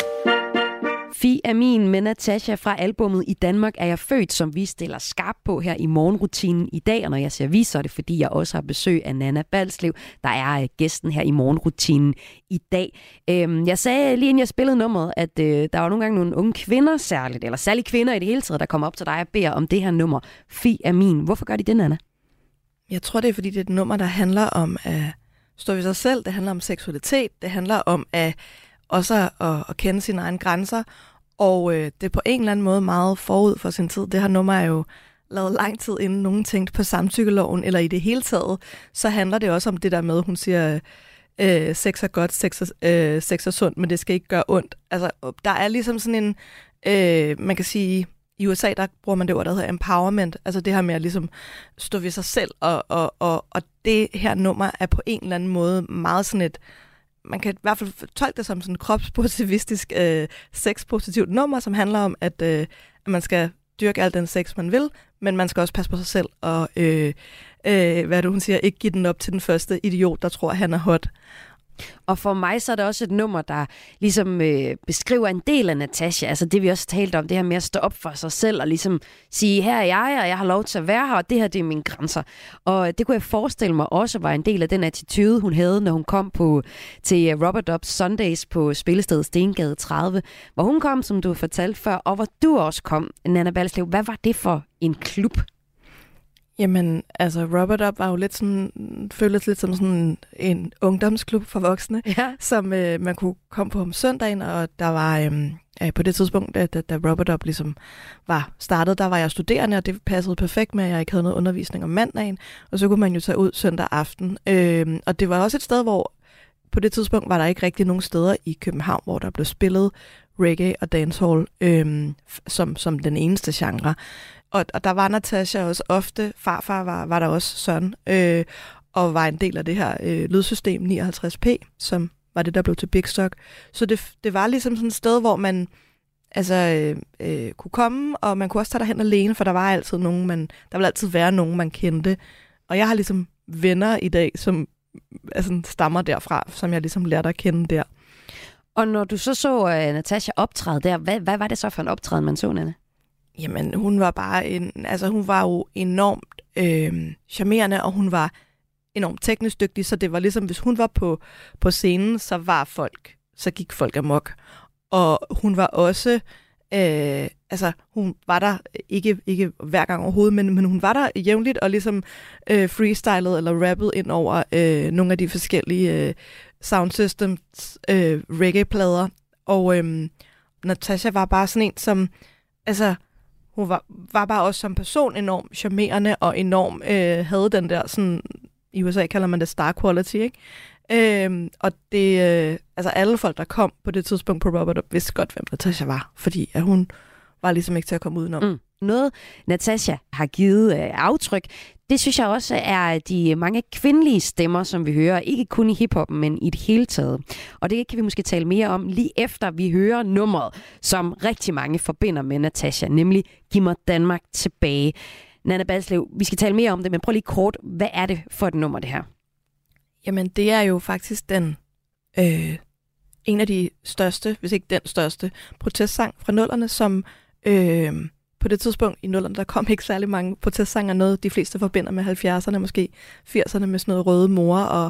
Speaker 2: Fi er min med Natasha fra albummet I Danmark er jeg født, som vi stiller skarp på her i morgenrutinen i dag. Og når jeg siger vi, så er det fordi, jeg også har besøg af Nanna Balslev, der er gæsten her i morgenrutinen i dag. Jeg sagde lige inden jeg spillede nummeret, at der var nogle gange nogle unge kvinder særligt, eller særligt kvinder i det hele taget, der kommer op til dig og beder om det her nummer. Fi er min. Hvorfor gør de det, Nanna? Jeg tror, det er fordi, det er et nummer, der handler om at stå ved sig selv. Det handler om seksualitet. Det handler om også at kende sine egne grænser. Og det er på en eller anden måde meget forud for sin tid. Det her nummer er jo lavet lang tid inden nogen tænkte på samtykkeloven, eller i det hele taget. Så handler det også om det der med, hun siger, sex er godt, sex er sundt, men det skal ikke gøre ondt. Altså, der er ligesom sådan en, man kan sige, i USA, der bruger man det ord, der hedder empowerment. Altså det her med at ligesom stå ved sig selv, og det her nummer er på en eller anden måde meget sådan et, man kan i hvert fald tolke det som sådan et kropspositivistisk, sexpositivt nummer, som handler om, at man skal dyrke al den sex, man vil, men man skal også passe på sig selv, og hvad det hun siger, ikke give den op til den første idiot, der tror, han er hot. Og for mig så er det også et nummer, der ligesom beskriver en del af Natasha, altså det vi også talte om, det her med at stå op for sig selv og ligesom sige, her er jeg, og jeg har lov til at være her, og det her det er mine grænser. Og det kunne jeg forestille mig også var en del af den attitude, hun havde, når hun kom til Rubber Dubs Sundays på spillestedet Stengade 30, hvor hun kom, som du fortalte før, og hvor du også kom, Nanna Balslev. Hvad var det for en klub? Jamen, altså Rubber Dub var jo lidt sådan, føltes lidt som sådan en ungdomsklub for voksne, som man kunne komme på om søndagen, og der var på det tidspunkt, da Rubber Dub ligesom var startet, der var jeg studerende, og det passede perfekt med, at jeg ikke havde noget undervisning om mandagen, og så kunne man jo tage ud søndag aften. Og det var også et sted, hvor på det tidspunkt var der ikke rigtig nogen steder i København, hvor der blev spillet reggae og dancehall som den eneste genre. Og der var Natasha også ofte, farfar var der også søn, og var en del af det her lydsystem 59P, som var det, der blev til Big Stock. Så det var ligesom sådan et sted, hvor man kunne komme, og man kunne også tage derhen alene, for der var altid nogen, der ville altid være nogen, man kendte. Og jeg har ligesom venner i dag, som stammer derfra, som jeg ligesom lærte at kende der. Og når du så Natasha optræde der, hvad var det så for en optræden, man så, Nanne? Jamen, hun var bare hun var jo enormt charmerende, og hun var enormt teknisk dygtig, så det var ligesom, hvis hun var på scenen, så gik folk amok. Og hun var også, hun var der ikke hver gang overhovedet, men hun var der jævnligt og ligesom freestylede eller rappede ind over nogle af de forskellige sound systems reggae-plader. Og Natasha var bare sådan en, som, hun var bare også som person enormt charmerende og enormt havde den der sådan, i USA kalder man det star quality, ikke? Og det, alle folk, der kom på det tidspunkt på Rubber Dub, vidste godt, hvem Natasha var, fordi at hun var ligesom ikke til at komme udenom. Noget Natasha har givet aftryk, det synes jeg også er de mange kvindelige stemmer, som vi hører, ikke kun i hiphoppen, men i det hele taget. Og det kan vi måske tale mere om lige efter vi hører nummeret, som rigtig mange forbinder med Natasha, nemlig Giv mig Danmark tilbage. Nanna Balslev, vi skal tale mere om det, men prøv lige kort, hvad er det for et nummer, det her? Jamen, det er jo faktisk en af de største, hvis ikke den største, protestsang fra nullerne, som på det tidspunkt i nullerne, der kom ikke særlig mange protestsanger, noget de fleste forbinder med 70'erne, måske 80'erne med sådan noget røde mor.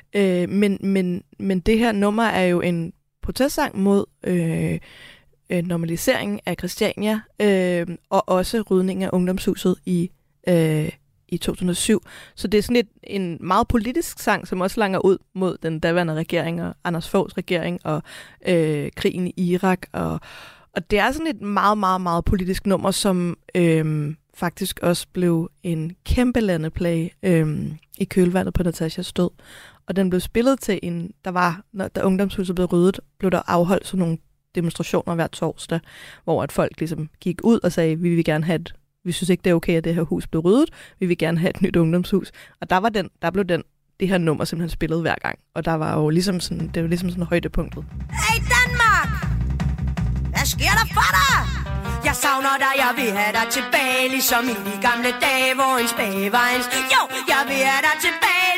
Speaker 2: Men det her nummer er jo en protestsang mod normalisering af Christiania, og også rydning af ungdomshuset i 2007. Så det er sådan en meget politisk sang, som også langer ud mod den daværende regering og Anders Foghs regering og krigen i Irak. Og det er sådan et meget, meget, meget politisk nummer, som faktisk også blev en kæmpe landeplage i kølvandet på Natashas død. Og den blev spillet til da ungdomshuset blev ryddet, blev der afholdt sådan nogle demonstrationer hver torsdag, hvor at folk ligesom gik ud og sagde, vi vil gerne have vi synes ikke, det er okay, at det her hus blev ryddet. Vi vil gerne have et nyt ungdomshus. Og der blev det her nummer simpelthen spillet hver gang. Og der var jo ligesom sådan højdepunktet.
Speaker 9: Hey Danmark! Hvad sker der for dig? Jeg savner dig, jeg vil have dig tilbage, ligesom i de gamle dage, hvor en spage var en... Jo, jeg vil have dig tilbage,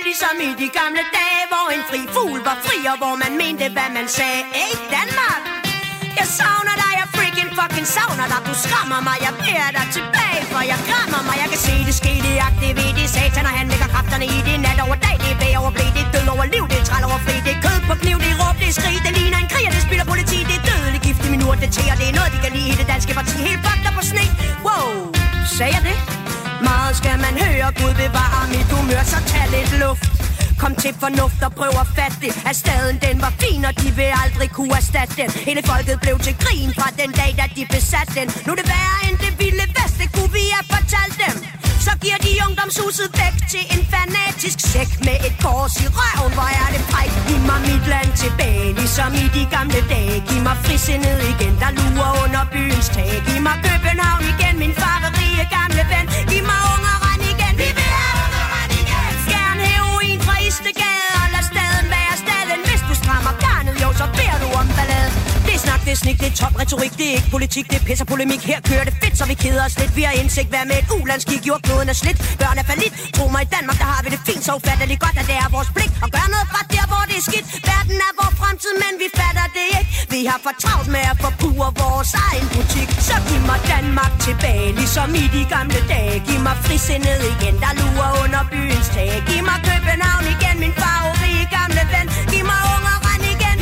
Speaker 9: ligesom i de gamle dage, hvor en fri fugl var fri, og hvor man mente, hvad man sagde. Ey, Danmark! Jeg savner dig, jeg freaking fucking savner dig. Du skræmmer mig, jeg beder dig tilbage, for jeg krammer mig. Jeg kan se det ske, det aktivit, det satan, og han lægger kræfterne i det nat over dag. Det er bag over blæ, det er død over liv, det er træl over fri. Det er kød på kniv, det er råb, det er skrig, det ligner en krig, og det spiller politi. Det er dødelig gift i min urt, det tæer, det er noget, de kan lide i det danske parti. Helt fucked up på sne. Wow, sagde jeg det? Meget skal man høre, Gud bevare mit humør, så tag lidt luft. Kom til fornuft og prøv at fatte det, at staden den var fin, og de vil aldrig kunne erstatte den. Hele folket blev til grin fra den dag, da de besatte den. Nu er det værre end det vilde vest, det kunne vi have fortalt dem. Så giver de ungdomshuset væk til en fanatisk sæk med et kors i røven. Hvor er det frækt? Giv mig mit land tilbage, ligesom i de gamle dage. Giv mig frisindet igen, der lurer under byens tag. Giv mig København igen, min farverige gamle ven. Giv mig Ungeren igen, vi vil have Ungeren igen. Skærn heroin fra Istegade, og lad staden være staden. Hvis du strammer garnet, jo, så beder du om ballade. Det er snak, det er snik, det er top retorik, det er ikke politik, det er pis og polemik. Her kører det fedt, så vi keder os lidt. Vi har indsigt, hvad med et ulandskig, jordkloden er slidt. Børn er falit, tro mig, i Danmark, der har vi det fint. Så ufatteligt godt, at det er vores pligt at gøre noget fra der, hvor det er skidt. Verden er vores fremtid, men vi fatter det ikke. Vi har for travlt med at forpure vores egen butik. Så giv mig Danmark tilbage, ligesom i de gamle dage. Giv mig frisindet igen, der lurer under byens tag. Giv mig København igen, min farverige gamle ven. Giv mig Ungeren igen,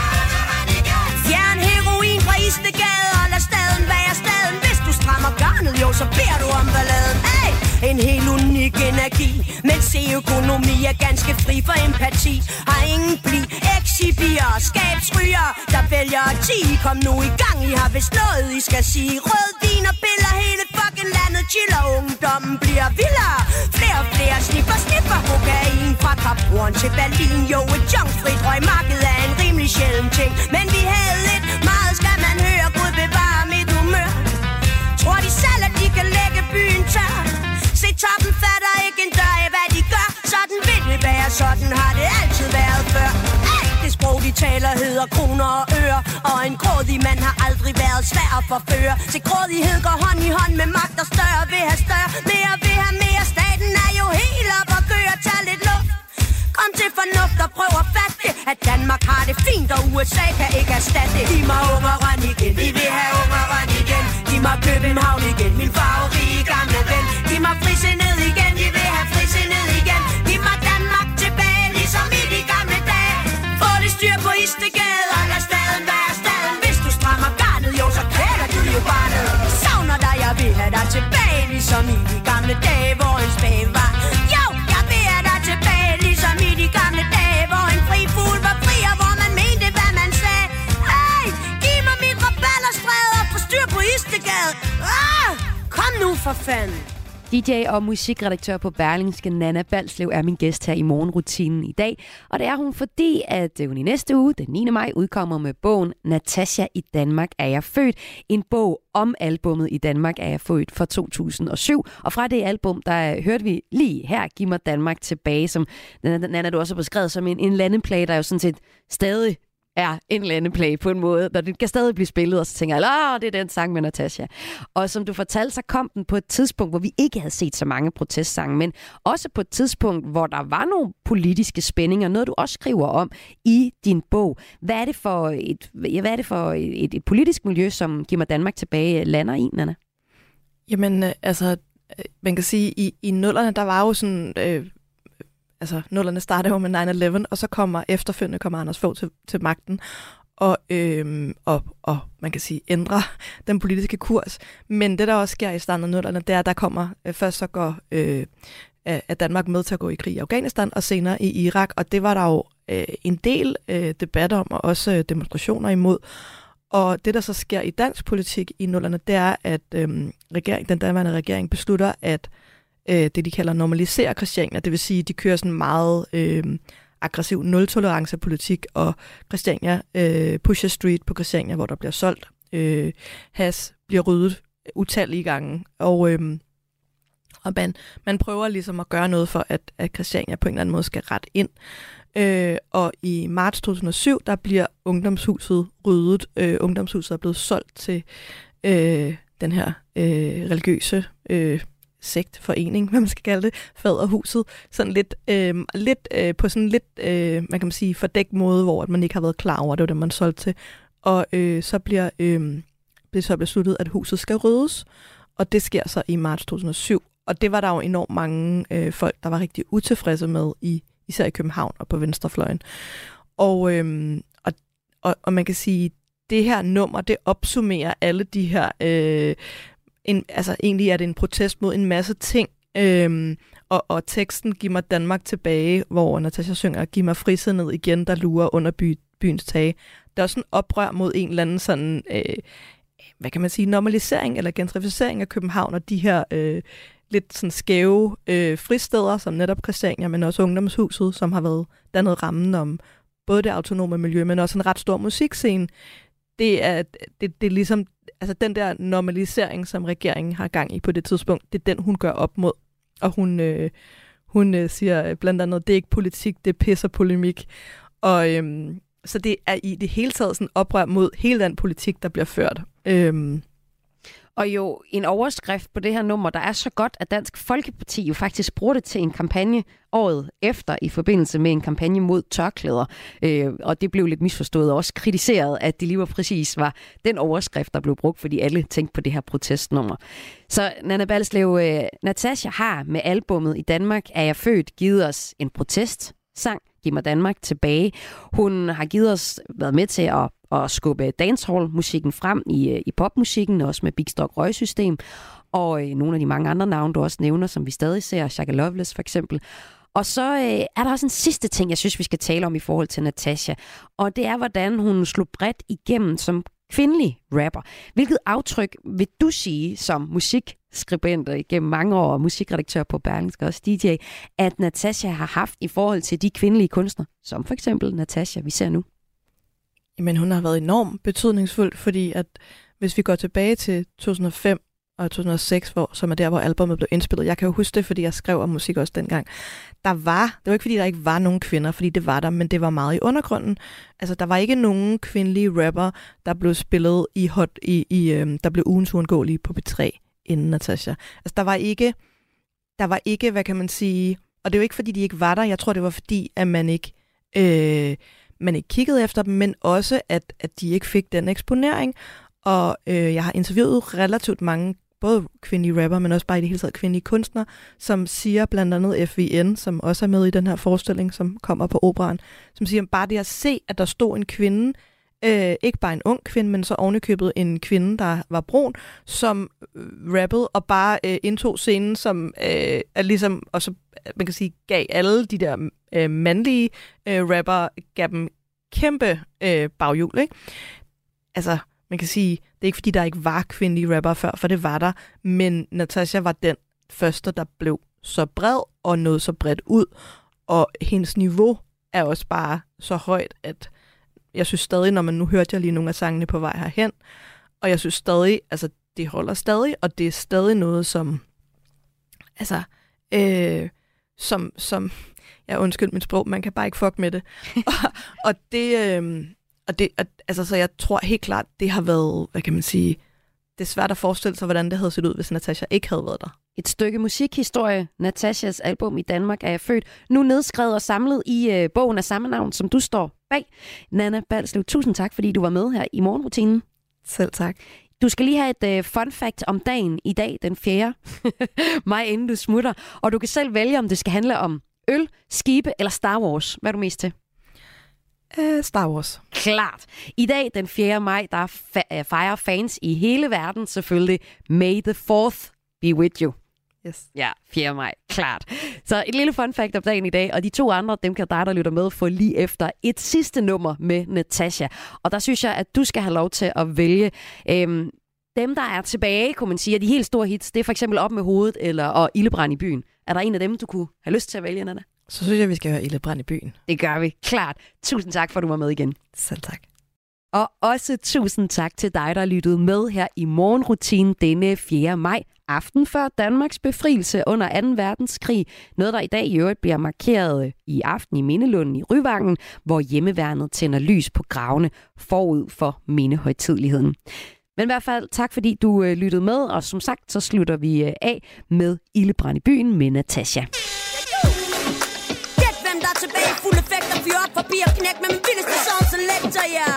Speaker 9: fjern heroin fra Istegade, og lad staden være staden. Hvis du strammer garnet, jo, så beder du om balladen. Hey! En helt unik energi, men se økonomi er ganske fri for empati. Har ingen bli, exibier, skabsryger, der vælger at 10. Kom nu i gang, I har vist noget, I skal sige. Rød vin og piller, hele fucking landet chiller. Ungdommen bliver vildere, flere og flere sniffer kokain. Fra Kaphorn til Berlin, jo, et junkfrit røgmarked er en rimelig sjælden ting. Men vi havde lidt, meget skal man høre, Gud bevare mit humør. Tror de selv, at de kan lægge byen tør? Se, toppen fatter ikke en dør af, hvad de gør. Sådan vil det være, sådan har det altid været før. Hey, det sprog, de taler, hedder kroner og øre. Og en grådig mand har aldrig været svær at forføre. Se, grådighed går hånd i hånd med magt, og større vil have større. Mere vil have mere, staten er jo helt op og køre. Tag lidt luft. Kom til fornuft og prøv at fatte det, at Danmark har det fint, og USA kan ikke erstatte det. Giv mig Ungeren igen, vi vil have Ungeren igen. Giv mig København igen, min farverige gamle ven. Giv mig frisindet igen, vi vil have frisindet igen. Giv mig Danmark tilbage, ligesom i de gamle dage. Få det styr på Istegade, og lad staden være staden. Hvis du strammer garnet, jo, så kvæler du jo barnet. Savner dig, jeg vil have dig tilbage, ligesom i de gamle dage, hvor en spage var. Jo, jeg vil have dig tilbage, ligesom i de gamle dage, hvor en fri fugl var fri, og hvor man mente, hvad man sagde. Hey, giv mig mit rabalderstræde og få styr på Istegade. Kom nu for fanden.
Speaker 2: DJ og musikredaktør på Berlingske, Nanna Balslev, er min gæst her i morgenrutinen i dag. Og det er hun, fordi at hun i næste uge, den 9. maj, udkommer med bogen Natasja i Danmark er jeg født. En bog om albummet I Danmark er jeg født fra 2007. Og fra det album, der hørte vi lige her, Giv mig Danmark tilbage, som Nanna, du også har beskrevet som en landeplage, der jo sådan set stadig er en landeplage på en måde, der det kan stadig blive spillet, og så tænker jeg, det er den sang med Natasja. Og som du fortalte, så kom den på et tidspunkt, hvor vi ikke havde set så mange protestsange, men også på et tidspunkt, hvor der var nogle politiske spændinger, noget du også skriver om i din bog. Hvad er det for et politisk miljø, som Giv mig Danmark tilbage lander i, Nanna?
Speaker 10: Jamen, altså, man kan sige, i nullerne, der var jo sådan... nullerne starter jo med 9/11, og så efterfølgende kommer Anders Fogh til magten, og man kan sige, ændrer den politiske kurs. Men det, der også sker i starten af nullerne, det er, at der kommer, først så går at Danmark med til at gå i krig i Afghanistan, og senere i Irak, og det var der jo en del debatter om, og også demonstrationer imod. Og det, der så sker i dansk politik i nullerne, det er, at den daværende regering beslutter, at det, de kalder normalisere Christiania. Det vil sige, at de kører sådan meget aggressiv nul-tolerance-politik, og Christiania, Pusher Street på Christiania, hvor der bliver solgt hash, bliver ryddet utallige gange. Og man prøver ligesom at gøre noget for, at Christiania på en eller anden måde skal rette ind. Og i marts 2007, der bliver ungdomshuset ryddet. Ungdomshuset er blevet solgt til den her religiøse sekt, forening, hvad man skal kalde det, Faderhuset, sådan lidt på sådan lidt, man kan sige, fordækt måde, hvor man ikke har været klar over, det var det, man solgte til. Og så bliver det så besluttet, at huset skal ryddes, og det sker så i marts 2007. Og det var der jo enormt mange folk, der var rigtig utilfredse med, især i København og på venstrefløjen. Og man kan sige, det her nummer, det opsummerer alle de her... egentlig er det en protest mod en masse ting. Og teksten Giv mig Danmark tilbage, hvor Natasja synger Giv mig frisindet igen, der lurer under byens tage. Der er også en oprør mod en eller anden sådan... hvad kan man sige, normalisering eller gentrificering af København og de her lidt sådan skæve fristeder, som netop Christiania, men også Ungdomshuset, som har været dannet rammen om både det autonome miljø, men også en ret stor musikscene. Det er ligesom, altså den der normalisering, som regeringen har gang i på det tidspunkt, det er den, hun gør op mod. Og hun siger blandt andet, det er ikke politik, det er pis og polemik. Og så det er i det hele taget sådan oprør mod hele den politik, der bliver ført.
Speaker 2: Og jo en overskrift på det her nummer, der er så godt, at Dansk Folkeparti jo faktisk bruger det til en kampagne året efter i forbindelse med en kampagne mod tørklæder. Og det blev lidt misforstået og også kritiseret, at det lige var præcis var den overskrift, der blev brugt, fordi alle tænkte på det her protestnummer. Så Nanna Balslev, Natasja har med albummet I Danmark er jeg født givet os en protestsang, Giv mig Danmark tilbage. Hun har givet os været med til at skubbe dancehall-musikken frem i popmusikken, også med Big Stock Røgsystem, og nogle af de mange andre navne, du også nævner, som vi stadig ser, Shaka Loveless for eksempel. Og så er der også en sidste ting, jeg synes, vi skal tale om i forhold til Natasja, og det er, hvordan hun slog bredt igennem som kvindelig rapper. Hvilket aftryk vil du sige som musikskribent og igennem mange år, musikredaktør på Berlingske og også DJ, at Natasja har haft i forhold til de kvindelige kunstnere, som for eksempel Natasja, vi ser nu?
Speaker 10: Jamen, hun har været enormt betydningsfuld, fordi at hvis vi går tilbage til 2005 og 2006, som er der, hvor albumet blev indspillet. Jeg kan jo huske det, fordi jeg skrev om musik også dengang. Det var ikke, fordi der ikke var nogen kvinder, fordi det var der, men det var meget i undergrunden. Altså, der var ikke nogen kvindelige rapper, der blev spillet der blev ugens uundgåelige på P3 inden Natasja. Altså, der var ikke, hvad kan man sige, og det er jo ikke, fordi de ikke var der. Jeg tror, det var fordi, at man ikke kiggede efter dem, men også, at de ikke fik den eksponering. Og jeg har interviewet relativt mange, både kvindelige rapper, men også bare i det hele taget kvindelige kunstnere, som siger blandt andet FVN, som også er med i den her forestilling, som kommer på Operaen, som siger bare det at se, at der stod en kvinde, ikke bare en ung kvinde, men så ovenikøbet en kvinde, der var brun, som rappede og bare indtog scenen, som er ligesom, og så man kan sige, gav alle de der mandlige rapper, gav dem kæmpe baghjul, ikke? Altså, man kan sige, det er ikke fordi, der ikke var kvindelige rapper før, for det var der, men Natasja var den første, der blev så bred og nåede så bredt ud, og hendes niveau er også bare så højt, at jeg synes stadig, når man nu hørte jeg lige nogle af sangene på vej herhen, og jeg synes stadig, altså det holder stadig, og det er stadig noget, som, altså, som jeg undskyld mit sprog, man kan bare ikke fuck med det. Altså, så jeg tror helt klart, det har været, hvad kan man sige, det er svært at forestille sig, hvordan det havde set ud, hvis Natasja ikke havde været der.
Speaker 2: Et stykke musikhistorie, Natasjas album I Danmark er jeg født, nu nedskrevet og samlet i bogen af samme navn, som du står bag. Nanna Balslev, tusind tak, fordi du var med her i morgenrutinen.
Speaker 10: Selv tak.
Speaker 2: Du skal lige have et fun fact om dagen i dag, den 4. maj, inden du smutter. Og du kan selv vælge, om det skal handle om øl, skibe eller Star Wars. Hvad er du mest til?
Speaker 10: Star Wars.
Speaker 2: Klart. I dag, den 4. maj, der fejrer fans i hele verden selvfølgelig May the 4th be with you.
Speaker 10: Yes.
Speaker 2: Ja, 4. maj. Klart. Så et lille fun fact om dagen i dag, og de to andre, dem kan dig, der lytter med, få lige efter et sidste nummer med Natasja. Og der synes jeg, at du skal have lov til at vælge dem, der er tilbage, kunne man sige, de helt store hits. Det er for eksempel Op med hovedet og Ildebrand i byen. Er der en af dem, du kunne have lyst til at vælge, Nanna?
Speaker 10: Så synes jeg, vi skal høre Ildebrand i byen.
Speaker 2: Det gør vi. Klart. Tusind tak, for at du var med igen.
Speaker 10: Selv tak.
Speaker 2: Og også tusind tak til dig, der lyttede med her i morgenrutinen denne 4. maj. Aften før Danmarks befrielse under 2. verdenskrig. Noget, der i dag i øvrigt bliver markeret i aften i Mindelunden i Ryvangen, hvor hjemmeværnet tænder lys på gravene forud for mindehøjtideligheden. Men i hvert fald tak, fordi du lyttede med, og som sagt, så slutter vi af med Ildebrand i byen med Natasha.
Speaker 9: Gæt hvem der er tilbage, fuld effekt og fyr op papir og knæk med min vildeste sovselektor, ja.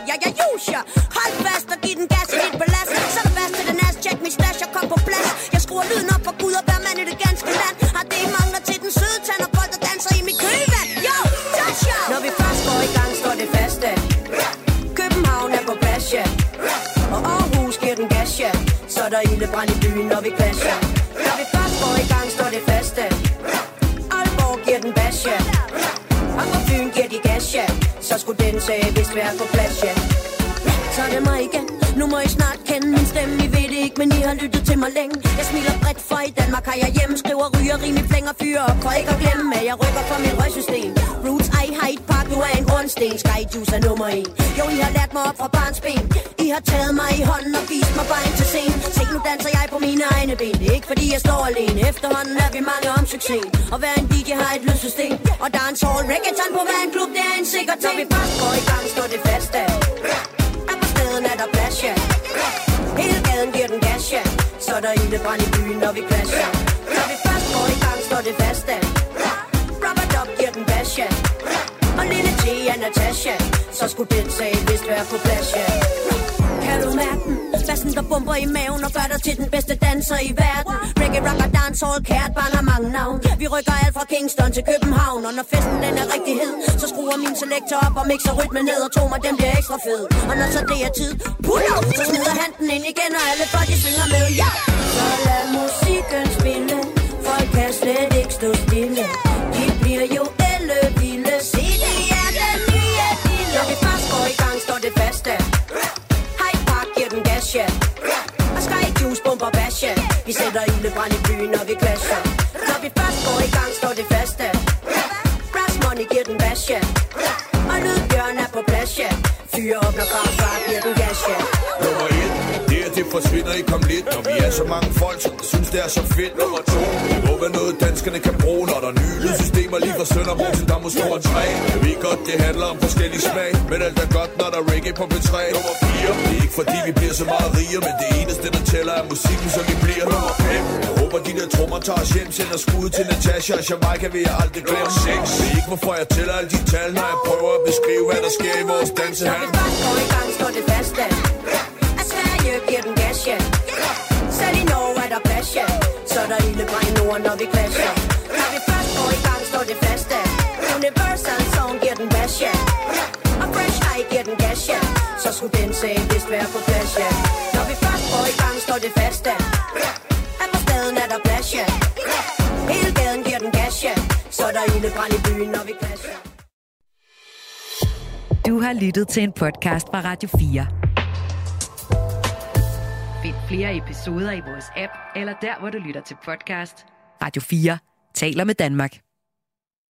Speaker 9: Hold fast og giv den gas i dit palads. Så er der fast til den ass, check min stash og kom på plads. Jeg skruer lyden op for Gud og hver mand i det ganske land. Har det mangler til den søde tand og folk, der danser i mit kølvand. Yo, touch yo! Når vi først går i gang, står det fast, ja. København er på plads, ja. Og Aarhus giver den gas, ja. Så er der ildebrand i byen, når vi clasher. Når vi først går i gang, står det fast, ja. Aalborg giver den bas, ja. Og på byen giver de gas, ja. Så skulle den sag vist være på plads, ja. Så er det mig igen. Nu må I snart kende min stemme. I ved det ikke, men I har lyttet til mig længe. Jeg smiler bredt, for i Danmark har jeg hjemme. Skriver, ryger, rimelig flænger, fyre op. For ikke at glemme, at jeg rykker fra mit røgsystem. Roots, Hyde Park, du er en grundsten. Skyjuice er nummer 1. Jo, I har lært mig op fra barnsben. I har taget mig i hånden og vist mig vejen til scenen. Se, nu danser jeg på mine egne ben. Det er ikke fordi jeg står alene. Efterhånden er vi mange om succes. Og hver en DJ har et lydsystem. Og dancehall, reggaeton på hver en klub, det er en sikker ting. Når vi først går i gang, står det fast af. Er der plads, ja. Hele gaden giver den gas, ja. Så er der ildebrand i byen, når vi clasher. Når vi først går i gang, står det fast, ja. Rubber Dub giver den bas, ja. Og lille T er Natasha. Så skulle den sag vist være på plads, ja. Kan du mærke den? Bassen, der bomber i maven og gør dig til den bedste danser i verden. Reggae, rock og dancehall, kært barn har mange navn. Vi rykker alt fra Kingston til København. Og når festen den er rigtig hed, så skruer min selektor op og mixer rytmen ned. Og tog mig, den bliver ekstra fed. Og når så det er tid, pull up, så smider han den ind igen. Og alle folk de synger med, ja. Så lad musikken spille. Folk kan slet ikke stå stille. De bliver jo ellevilde. Se, det er den nye lille. Når vi først går i gang, står det fast af. Den gas, ja. Og Skyjuice bomber bash, ja. Vi sætter ildebrand i byen, når vi clasher. Når vi først går i gang, står det fast, ja. Brass Money giver den bash, ja. Og Lydbjørn er på plads, ja. Fyre op, når farfar giver den gas, ja.
Speaker 6: Nummer 1, det forsvinder ikke om lidt. Når vi er så mange folk, som synes det er så fedt. Nummer 2, det må være noget danskerne kan bruge. Når der er nye lydsystemer lige fra Sønderborg til der måske over 3. Jeg ved godt, det handler om forskellige smag. Men alt er godt, når der er reggae på P3. Nummer 4, det er ikke fordi vi bliver så meget rigere. Men det eneste, der tæller er musikken, så vi bliver. Nummer 5, jeg håber de der trommer tager os hjem. Sender skud til Natasha og Jamaica, vil jeg aldrig glemme. 6, det er ikke hvorfor jeg tæller alle de tal, når jeg prøver at beskrive, hvad der sker i vores dansehal.
Speaker 9: Når vi først går i gang, står det fast af. At Sverige giver den gas, ja. Selv i Norge er der plads, ja. Så er der ildebrand i Norden, når vi clasher. Når vi først går i gang, står det fast af. Universal Song giver den bas, ja. Og Fresh Eye giver den gas, ja. Så skulle den sag vist være på plads, ja. Når vi først går i gang, står det fast af. At på staden er der plads, ja. Hele gaden giver den gas, ja. Så er der ildebrand i byen, når vi clasher.
Speaker 11: Du har lyttet til en podcast fra Radio 4. Find flere episoder i vores app, eller der, hvor du lytter til podcast. Radio 4 taler med Danmark.